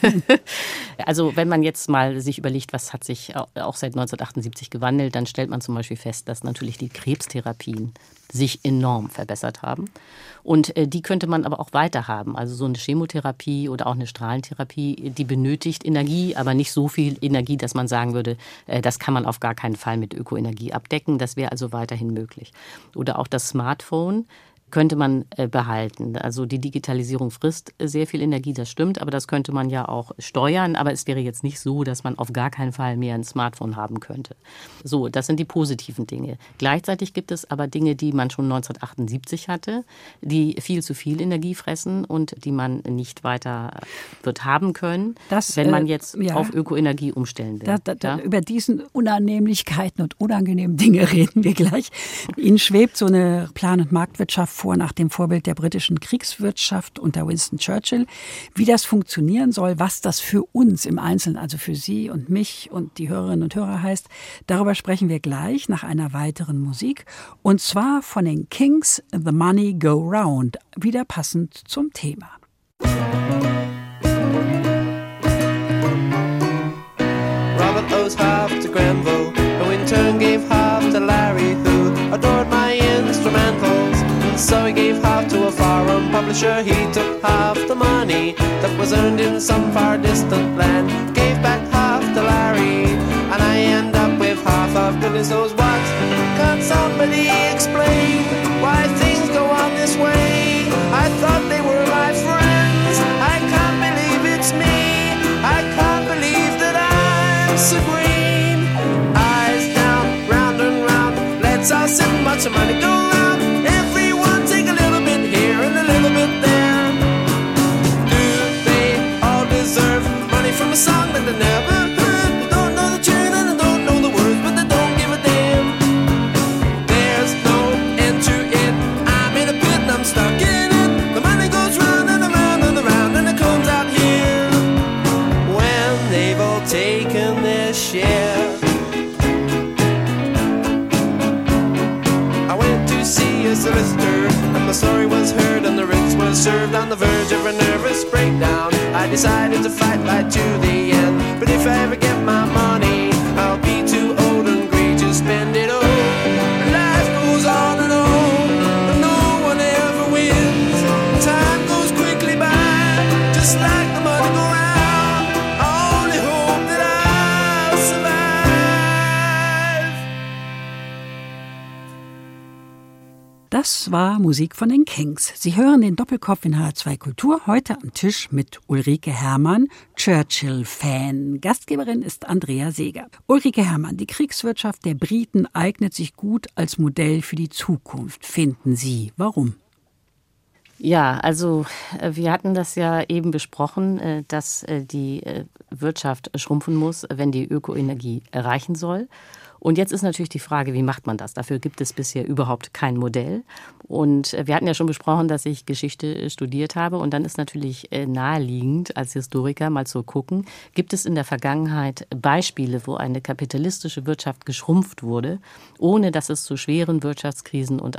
Also wenn man jetzt mal sich überlegt, was hat sich auch seit neunzehnhundertachtundsiebzig gewandelt, dann stellt man zum Beispiel fest, dass natürlich die Krebstherapien sich enorm verbessert haben. Und äh, die könnte man aber auch weiter haben. Also so eine Chemotherapie oder auch eine Strahlentherapie, die benötigt Energie, aber nicht so viel Energie, dass man sagen würde, äh, das kann man auf gar keinen Fall mit Ökoenergie abdecken. Das wäre also weiterhin möglich. Oder auch das Smartphone könnte man äh, behalten. Also die Digitalisierung frisst sehr viel Energie, das stimmt, aber das könnte man ja auch steuern. Aber es wäre jetzt nicht so, dass man auf gar keinen Fall mehr ein Smartphone haben könnte. So, das sind die positiven Dinge. Gleichzeitig gibt es aber Dinge, die man schon neunzehnhundertachtundsiebzig hatte, die viel zu viel Energie fressen und die man nicht weiter wird haben können, das, wenn man jetzt äh, ja. auf Ökoenergie umstellen will. Da, da, da, ja? Über diesen Unannehmlichkeiten und unangenehmen Dinge reden wir gleich. Ihnen schwebt so eine Plan- und Marktwirtschaft vor, nach dem Vorbild der britischen Kriegswirtschaft unter Winston Churchill. Wie das funktionieren soll, was das für uns im Einzelnen, also für Sie und mich und die Hörerinnen und Hörer heißt, darüber sprechen wir gleich nach einer weiteren Musik. Und zwar von den Kings, The Money Go Round, wieder passend zum Thema. Robert owes half to Grenville, who in turn gave half to Larry, who adored my instrumentals. So he gave half to a foreign publisher. He took half the money that was earned in some far distant land, gave back half to Larry, and I end up with half of Billy. So's what? Can't somebody explain why things go on this way? I thought they were my friends. I can't believe it's me. I can't believe that I'm so green. Eyes down, round and round. Let's all sit and watch the money go round. Take a little bit here and a little bit there. Do they all deserve money from a song that they never heard? They don't know the tune and they don't know the words, but they don't give a damn. There's no end to it. I'm in a pit and I'm stuck in it. The money goes round and around and around and it comes out here. When they've all taken their solicitor, and my story was heard and the writs were served. On the verge of a nervous breakdown, I decided to fight right to the end. But if I ever get my money, I'll be too old and grey to spend it all. Life goes on and on, but no one ever wins. Time goes quickly by, just like the money go round. I only hope that I'll survive. Das war Musik von den Kings. Sie hören den Doppelkopf in H R zwei Kultur, heute am Tisch mit Ulrike Herrmann, Churchill-Fan. Gastgeberin ist Andrea Seeger. Ulrike Herrmann, die Kriegswirtschaft der Briten eignet sich gut als Modell für die Zukunft, finden Sie. Warum? Ja, also wir hatten das ja eben besprochen, dass die Wirtschaft schrumpfen muss, wenn die Ökoenergie erreichen soll. Und jetzt ist natürlich die Frage, wie macht man das? Dafür gibt es bisher überhaupt kein Modell. Und wir hatten ja schon besprochen, dass ich Geschichte studiert habe. Und dann ist natürlich naheliegend, als Historiker mal zu gucken, gibt es in der Vergangenheit Beispiele, wo eine kapitalistische Wirtschaft geschrumpft wurde, ohne dass es zu schweren Wirtschaftskrisen und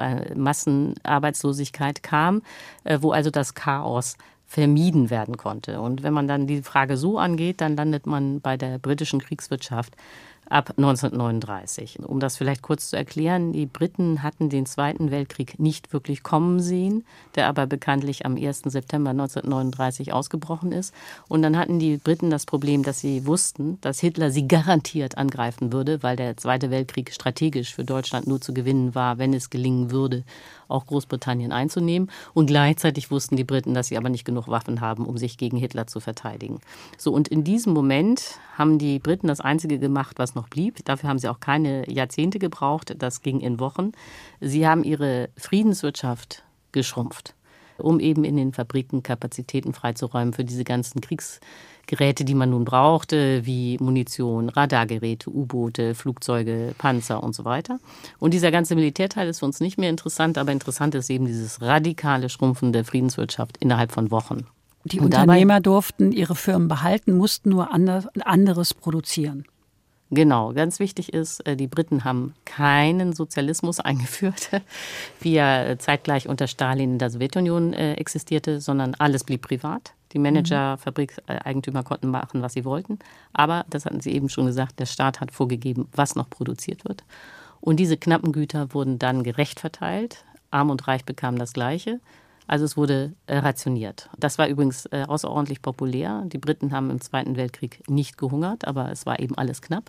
Massenarbeitslosigkeit kam, wo also das Chaos vermieden werden konnte. Und wenn man dann die Frage so angeht, dann landet man bei der britischen Kriegswirtschaft ab neunzehnhundertneununddreißig. Um das vielleicht kurz zu erklären, die Briten hatten den Zweiten Weltkrieg nicht wirklich kommen sehen, der aber bekanntlich am ersten September neunzehnhundertneununddreißig ausgebrochen ist. Und dann hatten die Briten das Problem, dass sie wussten, dass Hitler sie garantiert angreifen würde, weil der Zweite Weltkrieg strategisch für Deutschland nur zu gewinnen war, wenn es gelingen würde, auch Großbritannien einzunehmen. Und gleichzeitig wussten die Briten, dass sie aber nicht genug Waffen haben, um sich gegen Hitler zu verteidigen. So, und in diesem Moment haben die Briten das Einzige gemacht, was noch blieb. Dafür haben sie auch keine Jahrzehnte gebraucht. Das ging in Wochen. Sie haben ihre Friedenswirtschaft geschrumpft, um eben in den Fabriken Kapazitäten freizuräumen für diese ganzen Kriegsgeräte, die man nun brauchte, wie Munition, Radargeräte, U-Boote, Flugzeuge, Panzer und so weiter. Und dieser ganze Militärteil ist für uns nicht mehr interessant, aber interessant ist eben dieses radikale Schrumpfen der Friedenswirtschaft innerhalb von Wochen. Die Und Unternehmer dabei, durften ihre Firmen behalten, mussten nur anderes produzieren. Genau, ganz wichtig ist, die Briten haben keinen Sozialismus eingeführt, wie er zeitgleich unter Stalin in der Sowjetunion existierte, sondern alles blieb privat. Die Manager, mhm. Fabrikeigentümer konnten machen, was sie wollten. Aber, das hatten Sie eben schon gesagt, der Staat hat vorgegeben, was noch produziert wird. Und diese knappen Güter wurden dann gerecht verteilt. Arm und Reich bekamen das Gleiche. Also es wurde äh, rationiert. Das war übrigens äh, außerordentlich populär. Die Briten haben im Zweiten Weltkrieg nicht gehungert, aber es war eben alles knapp.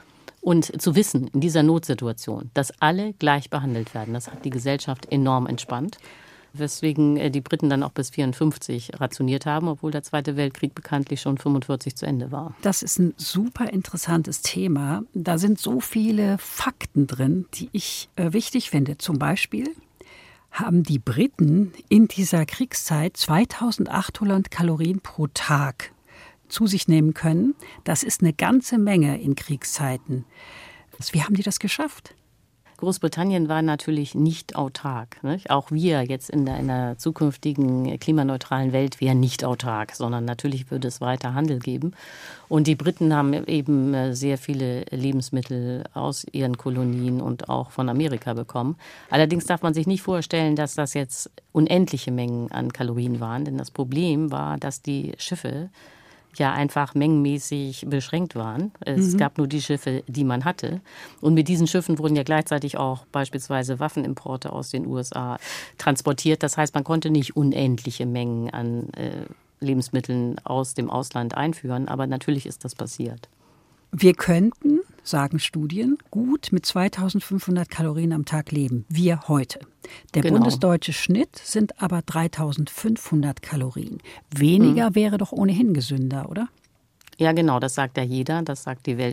Und zu wissen, in dieser Notsituation, dass alle gleich behandelt werden, das hat die Gesellschaft enorm entspannt. Weswegen äh, die Briten dann auch bis vierundfünfzig rationiert haben, obwohl der Zweite Weltkrieg bekanntlich schon fünfundvierzig zu Ende war. Das ist ein super interessantes Thema. Da sind so viele Fakten drin, die ich äh, wichtig finde. Zum Beispiel haben die Briten in dieser Kriegszeit zweitausendachthundert Kalorien pro Tag zu sich nehmen können. Das ist eine ganze Menge in Kriegszeiten. Wie haben die das geschafft? Großbritannien war natürlich nicht autark. Nicht? Auch wir jetzt in der, in der zukünftigen klimaneutralen Welt wären nicht autark, sondern natürlich würde es weiter Handel geben. Und die Briten haben eben sehr viele Lebensmittel aus ihren Kolonien und auch von Amerika bekommen. Allerdings darf man sich nicht vorstellen, dass das jetzt unendliche Mengen an Kalorien waren. Denn das Problem war, dass die Schiffe ja einfach mengenmäßig beschränkt waren. Es mhm. gab nur die Schiffe, die man hatte. Und mit diesen Schiffen wurden ja gleichzeitig auch beispielsweise Waffenimporte aus den U S A transportiert. Das heißt, man konnte nicht unendliche Mengen an äh, Lebensmitteln aus dem Ausland einführen. Aber natürlich ist das passiert. Wir könnten, sagen Studien, gut mit zweitausendfünfhundert Kalorien am Tag leben. Wir heute. Der genau. bundesdeutsche Schnitt sind aber dreitausendfünfhundert Kalorien. Weniger hm. wäre doch ohnehin gesünder, oder? Ja, genau, das sagt ja jeder. Das sagt die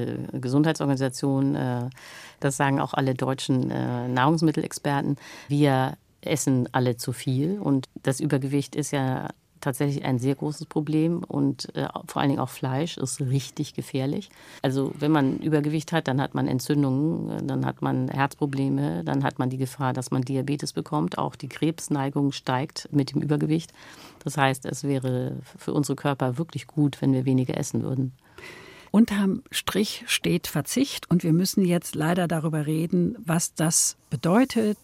Weltgesundheitsorganisation. Äh, das sagen auch alle deutschen äh, Nahrungsmittelexperten. Wir essen alle zu viel. Und das Übergewicht ist ja tatsächlich ein sehr großes Problem und äh, vor allen Dingen auch Fleisch ist richtig gefährlich. Also wenn man Übergewicht hat, dann hat man Entzündungen, dann hat man Herzprobleme, dann hat man die Gefahr, dass man Diabetes bekommt. Auch die Krebsneigung steigt mit dem Übergewicht. Das heißt, es wäre für unsere Körper wirklich gut, wenn wir weniger essen würden. Unterm Strich steht Verzicht und wir müssen jetzt leider darüber reden, was das bedeutet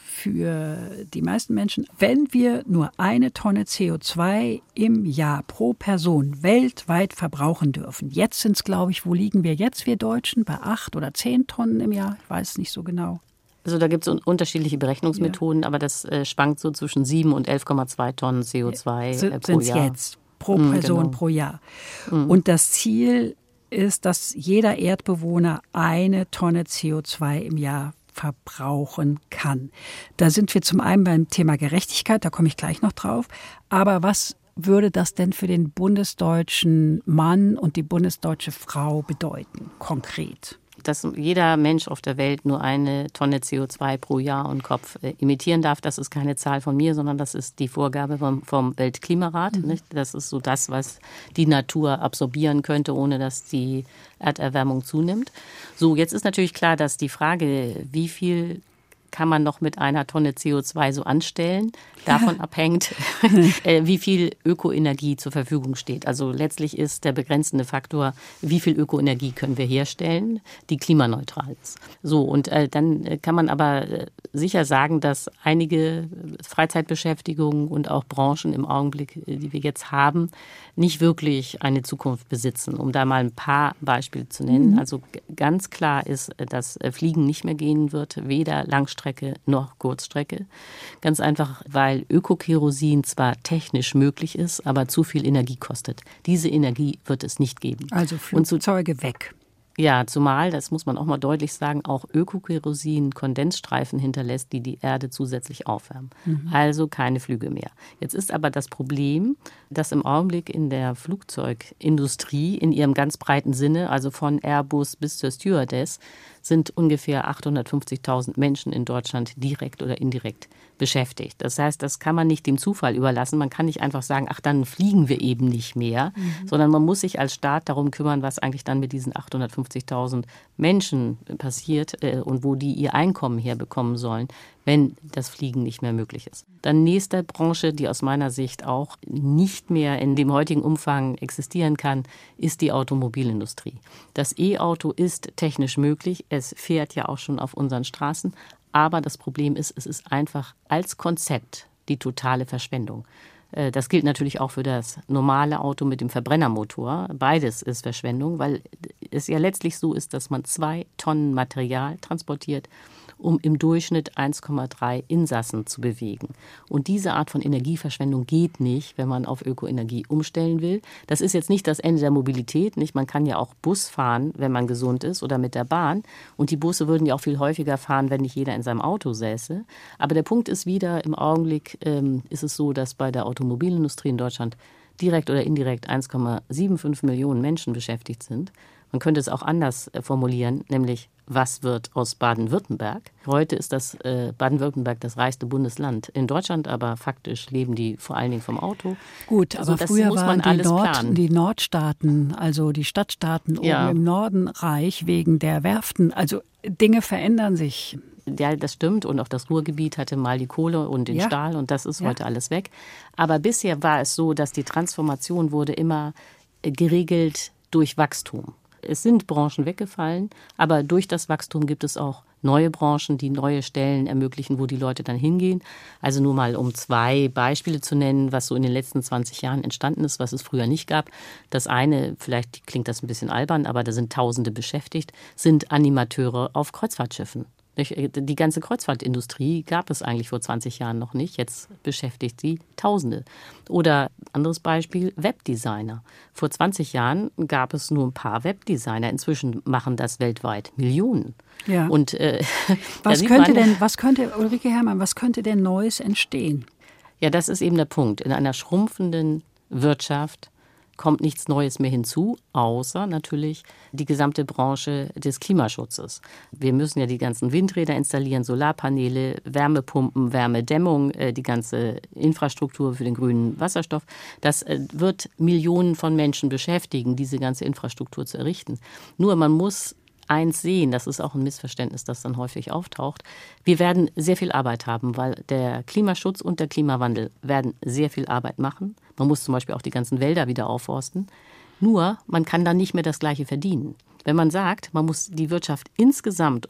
für die meisten Menschen, wenn wir nur eine Tonne C O zwei im Jahr pro Person weltweit verbrauchen dürfen. Jetzt sind es, glaube ich, wo liegen wir jetzt, wir Deutschen? Bei acht oder zehn Tonnen im Jahr? Ich weiß es nicht so genau. Also da gibt es unterschiedliche Berechnungsmethoden, ja. aber das äh, schwankt so zwischen sieben und elf Komma zwei Tonnen C O zwei S- äh, pro Jahr. Jetzt pro Person mm, genau. pro Jahr. Mm. Und das Ziel ist, dass jeder Erdbewohner eine Tonne C O zwei im Jahr verbrauchen kann. Da sind wir zum einen beim Thema Gerechtigkeit, da komme ich gleich noch drauf. Aber was würde das denn für den bundesdeutschen Mann und die bundesdeutsche Frau bedeuten, konkret? Dass jeder Mensch auf der Welt nur eine Tonne C O zwei pro Jahr und Kopf äh, emittieren darf, das ist keine Zahl von mir, sondern das ist die Vorgabe vom, vom Weltklimarat. Mhm. Nicht? Das ist so das, was die Natur absorbieren könnte, ohne dass die Erderwärmung zunimmt. So, jetzt ist natürlich klar, dass die Frage, wie viel kann man noch mit einer Tonne C O zwei so anstellen, davon abhängt, wie viel Ökoenergie zur Verfügung steht. Also letztlich ist der begrenzende Faktor, wie viel Ökoenergie können wir herstellen, die klimaneutral ist. So, und äh, dann kann man aber sicher sagen, dass einige Freizeitbeschäftigungen und auch Branchen im Augenblick, die wir jetzt haben, nicht wirklich eine Zukunft besitzen. Um da mal ein paar Beispiele zu nennen. Mhm. Also ganz klar ist, dass Fliegen nicht mehr gehen wird, weder Langstrecke noch Kurzstrecke. Ganz einfach, weil Ökokerosin zwar technisch möglich ist, aber zu viel Energie kostet. Diese Energie wird es nicht geben. Also Flugzeuge Und so, weg. Ja, zumal, das muss man auch mal deutlich sagen, auch Ökokerosin Kondensstreifen hinterlässt, die die Erde zusätzlich aufwärmen. Mhm. Also keine Flüge mehr. Jetzt ist aber das Problem, dass im Augenblick in der Flugzeugindustrie in ihrem ganz breiten Sinne, also von Airbus bis zur Stewardess, sind ungefähr achthundertfünfzigtausend Menschen in Deutschland direkt oder indirekt beschäftigt. Das heißt, das kann man nicht dem Zufall überlassen. Man kann nicht einfach sagen, ach, dann fliegen wir eben nicht mehr, mhm. sondern man muss sich als Staat darum kümmern, was eigentlich dann mit diesen achthundertfünfzigtausend Menschen passiert äh, und wo die ihr Einkommen herbekommen sollen, wenn das Fliegen nicht mehr möglich ist. Dann nächste Branche, die aus meiner Sicht auch nicht mehr in dem heutigen Umfang existieren kann, ist die Automobilindustrie. Das E-Auto ist technisch möglich. Es fährt ja auch schon auf unseren Straßen. Aber das Problem ist, es ist einfach als Konzept die totale Verschwendung. Das gilt natürlich auch für das normale Auto mit dem Verbrennermotor. Beides ist Verschwendung, weil es ja letztlich so ist, dass man zwei Tonnen Material transportiert, um im Durchschnitt eins Komma drei Insassen zu bewegen. Und diese Art von Energieverschwendung geht nicht, wenn man auf Ökoenergie umstellen will. Das ist jetzt nicht das Ende der Mobilität, nicht? Man kann ja auch Bus fahren, wenn man gesund ist, oder mit der Bahn. Und die Busse würden ja auch viel häufiger fahren, wenn nicht jeder in seinem Auto säße. Aber der Punkt ist wieder, im Augenblick ähm, ist es so, dass bei der Automobilindustrie in Deutschland direkt oder indirekt eins Komma fünfundsiebzig Millionen Menschen beschäftigt sind. Man könnte es auch anders formulieren, nämlich was wird aus Baden-Württemberg? Heute ist das äh, Baden-Württemberg das reichste Bundesland in Deutschland, aber faktisch leben die vor allen Dingen vom Auto. Gut, aber also früher waren die, Nord, die Nordstaaten, also die Stadtstaaten ja. oben im Norden reich wegen der Werften. Also Dinge verändern sich. Ja, das stimmt. Und auch das Ruhrgebiet hatte mal die Kohle und den ja. Stahl und das ist ja. heute alles weg. Aber bisher war es so, dass die Transformation wurde immer geregelt durch Wachstum. Es sind Branchen weggefallen, aber durch das Wachstum gibt es auch neue Branchen, die neue Stellen ermöglichen, wo die Leute dann hingehen. Also nur mal um zwei Beispiele zu nennen, was so in den letzten zwanzig Jahren entstanden ist, was es früher nicht gab. Das eine, vielleicht klingt das ein bisschen albern, aber da sind Tausende beschäftigt, sind Animateure auf Kreuzfahrtschiffen. Die ganze Kreuzfahrtindustrie gab es eigentlich vor zwanzig Jahren noch nicht. Jetzt beschäftigt sie Tausende. Oder anderes Beispiel, Webdesigner. Vor zwanzig Jahren gab es nur ein paar Webdesigner. Inzwischen machen das weltweit Millionen. Ja. Und äh, was könnte denn, was könnte, Ulrike Herrmann, was könnte denn Neues entstehen? Ja, das ist eben der Punkt. In einer schrumpfenden Wirtschaft kommt nichts Neues mehr hinzu, außer natürlich die gesamte Branche des Klimaschutzes. Wir müssen ja die ganzen Windräder installieren, Solarpaneele, Wärmepumpen, Wärmedämmung, die ganze Infrastruktur für den grünen Wasserstoff. Das wird Millionen von Menschen beschäftigen, diese ganze Infrastruktur zu errichten. Nur man muss eins sehen, das ist auch ein Missverständnis, das dann häufig auftaucht. Wir werden sehr viel Arbeit haben, weil der Klimaschutz und der Klimawandel werden sehr viel Arbeit machen. Man muss zum Beispiel auch die ganzen Wälder wieder aufforsten. Nur, man kann dann nicht mehr das Gleiche verdienen. Wenn man sagt, man muss die Wirtschaft insgesamt um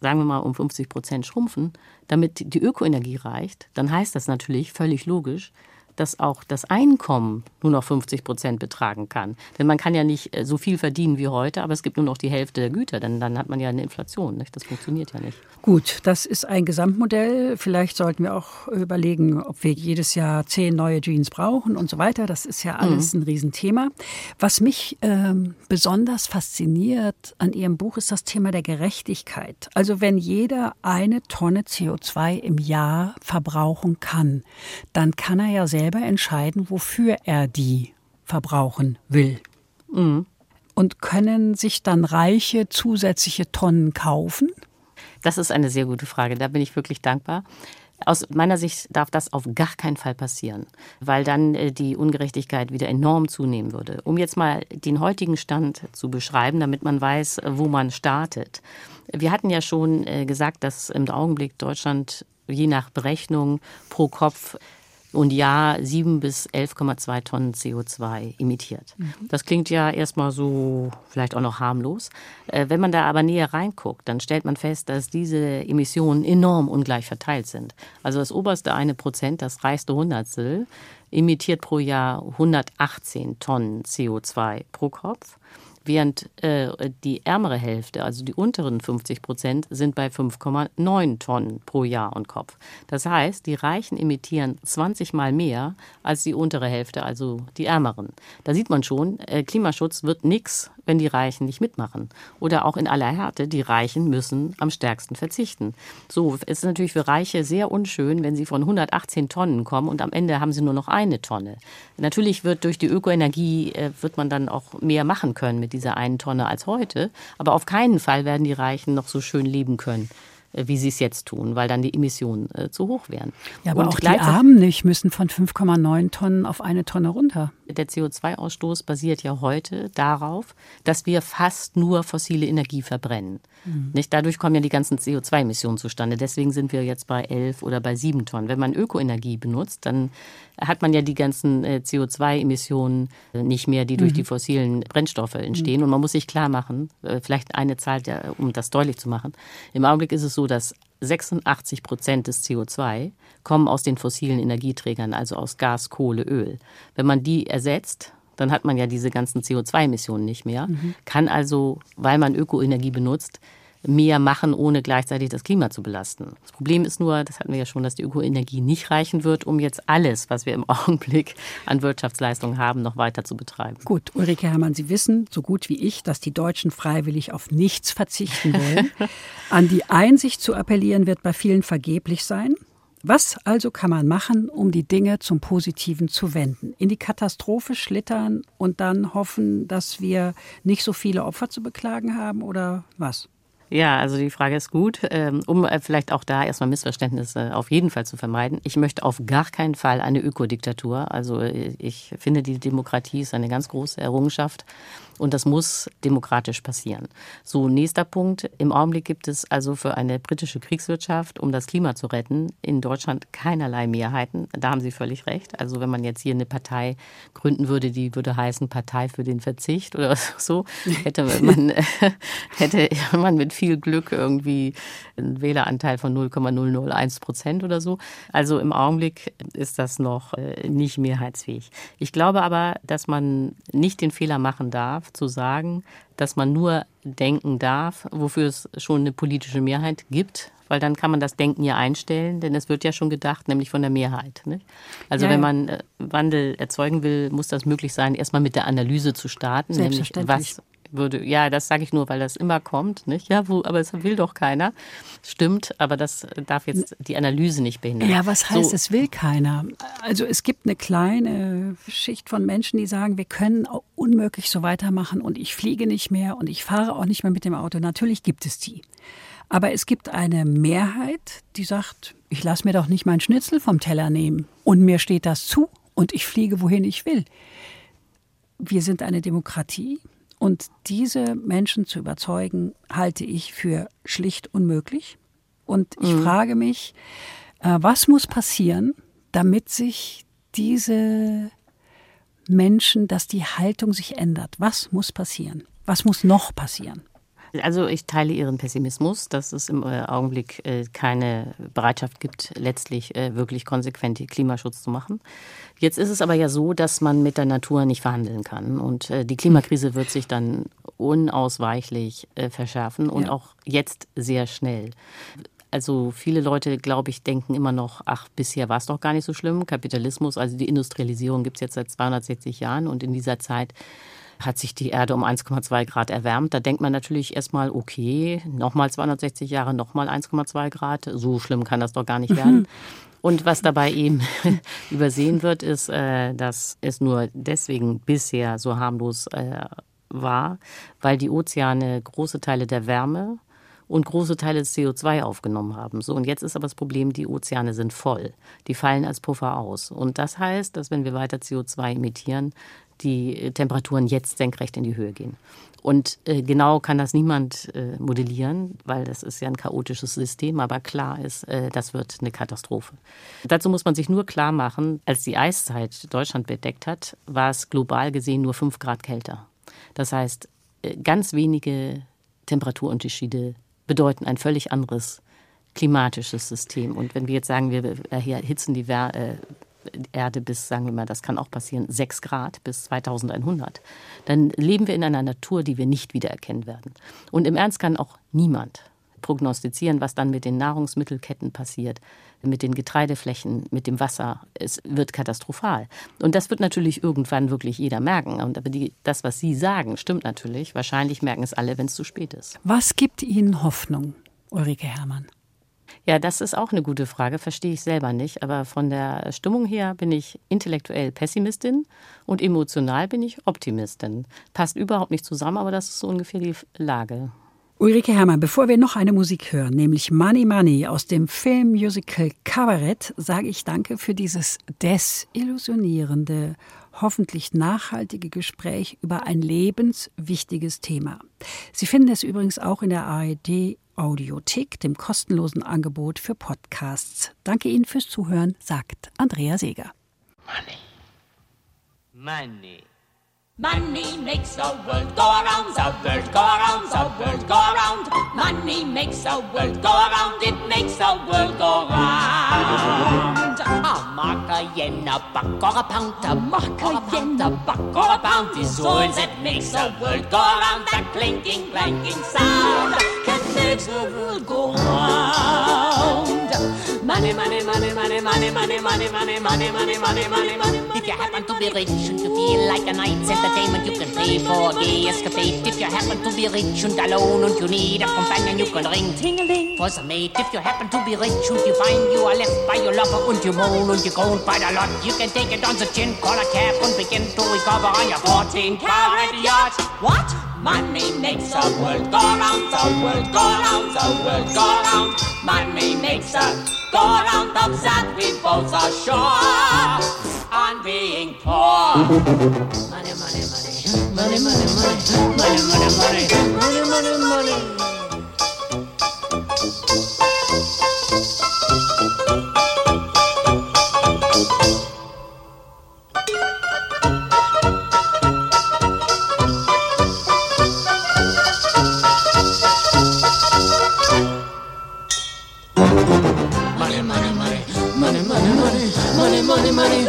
sagen wir mal, um fünfzig Prozent schrumpfen, damit die Ökoenergie reicht, dann heißt das natürlich völlig logisch, dass auch das Einkommen nur noch fünfzig Prozent betragen kann. Denn man kann ja nicht so viel verdienen wie heute, aber es gibt nur noch die Hälfte der Güter, denn dann hat man ja eine Inflation. Nicht? Das funktioniert ja nicht. Gut, das ist ein Gesamtmodell. Vielleicht sollten wir auch überlegen, ob wir jedes Jahr zehn neue Jeans brauchen und so weiter. Das ist ja alles mhm. ein Riesenthema. Was mich ähm, besonders fasziniert an Ihrem Buch ist das Thema der Gerechtigkeit. Also wenn jeder eine Tonne C O zwei im Jahr verbrauchen kann, dann kann er ja selber entscheiden, wofür er die verbrauchen will. Mhm. Und können sich dann Reiche zusätzliche Tonnen kaufen? Das ist eine sehr gute Frage. Da bin ich wirklich dankbar. Aus meiner Sicht darf das auf gar keinen Fall passieren, weil dann äh, die Ungerechtigkeit wieder enorm zunehmen würde. Um jetzt mal den heutigen Stand zu beschreiben, damit man weiß, wo man startet. Wir hatten ja schon äh, gesagt, dass im Augenblick Deutschland je nach Berechnung pro Kopf und Jahr sieben bis elf Komma zwei Tonnen C O zwei emittiert. Mhm. Das klingt ja erstmal so vielleicht auch noch harmlos. Äh, wenn man da aber näher reinguckt, dann stellt man fest, dass diese Emissionen enorm ungleich verteilt sind. Also das oberste eine Prozent, das reichste Hundertstel, emittiert pro Jahr hundertachtzehn Tonnen C O zwei pro Kopf. Während äh, die ärmere Hälfte, also die unteren fünfzig Prozent, sind bei fünf Komma neun Tonnen pro Jahr und Kopf. Das heißt, die Reichen emittieren zwanzig Mal mehr als die untere Hälfte, also die Ärmeren. Da sieht man schon, äh, Klimaschutz wird nix, wenn die Reichen nicht mitmachen. Oder auch in aller Härte, die Reichen müssen am stärksten verzichten. So ist es natürlich für Reiche sehr unschön, wenn sie von hundertachtzehn Tonnen kommen und am Ende haben sie nur noch eine Tonne. Natürlich wird durch die Ökoenergie, äh, wird man dann auch mehr machen können mit dieser einen Tonne als heute. Aber auf keinen Fall werden die Reichen noch so schön leben können, wie sie es jetzt tun, weil dann die Emissionen äh, zu hoch wären. Ja, aber und auch die Armen nicht müssen von fünf Komma neun Tonnen auf eine Tonne runter. Der C O zwei Ausstoß basiert ja heute darauf, dass wir fast nur fossile Energie verbrennen. Mhm. Nicht? Dadurch kommen ja die ganzen C O zwei Emissionen zustande. Deswegen sind wir jetzt bei elf oder bei sieben Tonnen. Wenn man Ökoenergie benutzt, dann hat man ja die ganzen äh, C O zwei Emissionen äh, nicht mehr, die durch mhm. die fossilen Brennstoffe entstehen. Mhm. Und man muss sich klar machen, äh, vielleicht eine Zahl, der, um das deutlich zu machen. Im Augenblick ist es so, dass sechsundachtzig Prozent des C O zwei kommen aus den fossilen Energieträgern, also aus Gas, Kohle, Öl. Wenn man die ersetzt, dann hat man ja diese ganzen C O zwei Emissionen nicht mehr. Mhm. Kann also, weil man Ökoenergie benutzt, mehr machen, ohne gleichzeitig das Klima zu belasten. Das Problem ist nur, das hatten wir ja schon, dass die Ökoenergie nicht reichen wird, um jetzt alles, was wir im Augenblick an Wirtschaftsleistungen haben, noch weiter zu betreiben. Gut, Ulrike Herrmann, Sie wissen so gut wie ich, dass die Deutschen freiwillig auf nichts verzichten wollen. An die Einsicht zu appellieren, wird bei vielen vergeblich sein. Was also kann man machen, um die Dinge zum Positiven zu wenden? In die Katastrophe schlittern und dann hoffen, dass wir nicht so viele Opfer zu beklagen haben oder was? Ja, also die Frage ist gut, um vielleicht auch da erstmal Missverständnisse auf jeden Fall zu vermeiden. Ich möchte auf gar keinen Fall eine Ökodiktatur. Also ich finde, die Demokratie ist eine ganz große Errungenschaft und das muss demokratisch passieren. So, nächster Punkt. Im Augenblick gibt es also für eine britische Kriegswirtschaft, um das Klima zu retten, in Deutschland keinerlei Mehrheiten. Da haben Sie völlig recht. Also wenn man jetzt hier eine Partei gründen würde, die würde heißen Partei für den Verzicht oder so, hätte man, hätte man mit viel Glück irgendwie einen Wähleranteil von null Komma null null eins Prozent oder so. Also im Augenblick ist das noch nicht mehrheitsfähig. Ich glaube aber, dass man nicht den Fehler machen darf, zu sagen, dass man nur denken darf, wofür es schon eine politische Mehrheit gibt, weil dann kann man das Denken ja einstellen, denn es wird ja schon gedacht, nämlich von der Mehrheit. Nicht? Also ja, wenn man äh, Wandel erzeugen will, muss das möglich sein, erstmal mit der Analyse zu starten, nämlich was würde, ja, das sage ich nur, weil das immer kommt, nicht? Ja, wo, aber das will doch keiner. Stimmt, aber das darf jetzt die Analyse nicht behindern. Ja, was heißt, so, es will keiner? Also es gibt eine kleine Schicht von Menschen, die sagen, wir können auch unmöglich so weitermachen und ich fliege nicht mehr und ich fahre auch nicht mehr mit dem Auto. Natürlich gibt es die. Aber es gibt eine Mehrheit, die sagt, ich lasse mir doch nicht meinen Schnitzel vom Teller nehmen und mir steht das zu und ich fliege, wohin ich will. Wir sind eine Demokratie. Und diese Menschen zu überzeugen, halte ich für schlicht unmöglich. Und ich mhm. frage mich, was muss passieren, damit sich diese Menschen, dass die Haltung sich ändert? Was muss passieren? Was muss noch passieren? Also ich teile Ihren Pessimismus, dass es im Augenblick keine Bereitschaft gibt, letztlich wirklich konsequent Klimaschutz zu machen. Jetzt ist es aber ja so, dass man mit der Natur nicht verhandeln kann. Und die Klimakrise wird sich dann unausweichlich verschärfen und ja. auch jetzt sehr schnell. Also viele Leute, glaube ich, denken immer noch, ach, bisher war es doch gar nicht so schlimm. Kapitalismus, also die Industrialisierung gibt es jetzt seit zweihundertsechzig Jahren und in dieser Zeit hat sich die Erde um eins Komma zwei Grad erwärmt. Da denkt man natürlich erstmal, okay, nochmal zweihundertsechzig Jahre, nochmal eins Komma zwei Grad. So schlimm kann das doch gar nicht werden. Und was dabei eben übersehen wird, ist, dass es nur deswegen bisher so harmlos war, weil die Ozeane große Teile der Wärme und große Teile des C O zwei aufgenommen haben. So, und jetzt ist aber das Problem, die Ozeane sind voll. Die fallen als Puffer aus. Und das heißt, dass wenn wir weiter C O zwei emittieren, die Temperaturen jetzt senkrecht in die Höhe gehen. Und äh, genau kann das niemand äh, modellieren, weil das ist ja ein chaotisches System. Aber klar ist, äh, das wird eine Katastrophe. Dazu muss man sich nur klar machen, als die Eiszeit Deutschland bedeckt hat, war es global gesehen nur fünf Grad kälter. Das heißt, äh, ganz wenige Temperaturunterschiede bedeuten ein völlig anderes klimatisches System. Und wenn wir jetzt sagen, wir erhitzen die Wär- äh, Erde bis, sagen wir mal, das kann auch passieren, sechs Grad bis zweitausendeinhundert, dann leben wir in einer Natur, die wir nicht wiedererkennen werden. Und im Ernst kann auch niemand prognostizieren, was dann mit den Nahrungsmittelketten passiert, mit den Getreideflächen, mit dem Wasser. Es wird katastrophal. Und das wird natürlich irgendwann wirklich jeder merken. Und aber die, das, was Sie sagen, stimmt natürlich. Wahrscheinlich merken es alle, wenn es zu spät ist. Was gibt Ihnen Hoffnung, Ulrike Herrmann? Ja, das ist auch eine gute Frage, verstehe ich selber nicht. Aber von der Stimmung her bin ich intellektuell Pessimistin und emotional bin ich Optimistin. Passt überhaupt nicht zusammen, aber das ist so ungefähr die Lage. Ulrike Herrmann, bevor wir noch eine Musik hören, nämlich Money Money aus dem Filmmusical Kabarett, sage ich danke für dieses desillusionierende, hoffentlich nachhaltige Gespräch über ein lebenswichtiges Thema. Sie finden es übrigens auch in der A R D Audiothek, dem kostenlosen Angebot für Podcasts. Danke Ihnen fürs Zuhören, sagt Andrea Seeger. Money. Money. Money makes the world go around, the world go around, the world go around. Money makes the world go around, it makes the world go round. A mark, a yen, a buck or a pound, a mark, a yen, a buck or a pound is all that makes the world go around. That clinking, clanking sound that makes the world go round. Money, money, money, money, money, money, money, money, money, money, money, money, money. If you happen to be rich and you feel like a night's entertainment, you can pay for a gay escapade. If you happen to be rich and alone and you need a companion, you can ring ting-a-ling for some mate. If you happen to be rich and you find you are left by your lover and you moan and you go by the lot, you can take it on the chin, call a cab and begin to recover on your fourteen carat yacht. What? Money makes the world go round, the world go round, the world go round. Money makes the go round of that we both are sure on being poor. Money, money, money, money, money, money, money, money, money, money, money, money. Money, money, money.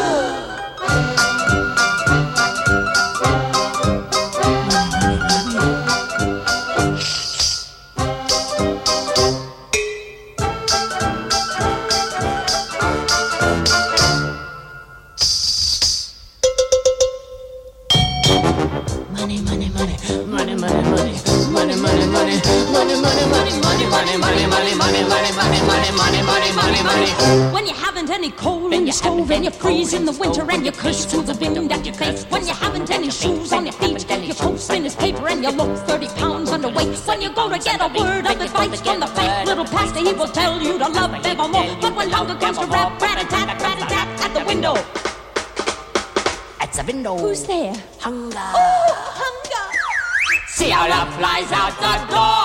When you haven't any coal in your stove and you freeze in the winter and you curse to the wind at your face. When you haven't any shoes on your feet, you post finished paper and you look thirty pounds underweight. When you go to get a word of advice from the fat little pastor, he will tell you to love evermore. But when hunger comes to rap, rat-a-tat, rat-a-tat at the window. At the window. Who's there? Hunger. Oh, hunger. See how love flies out the door.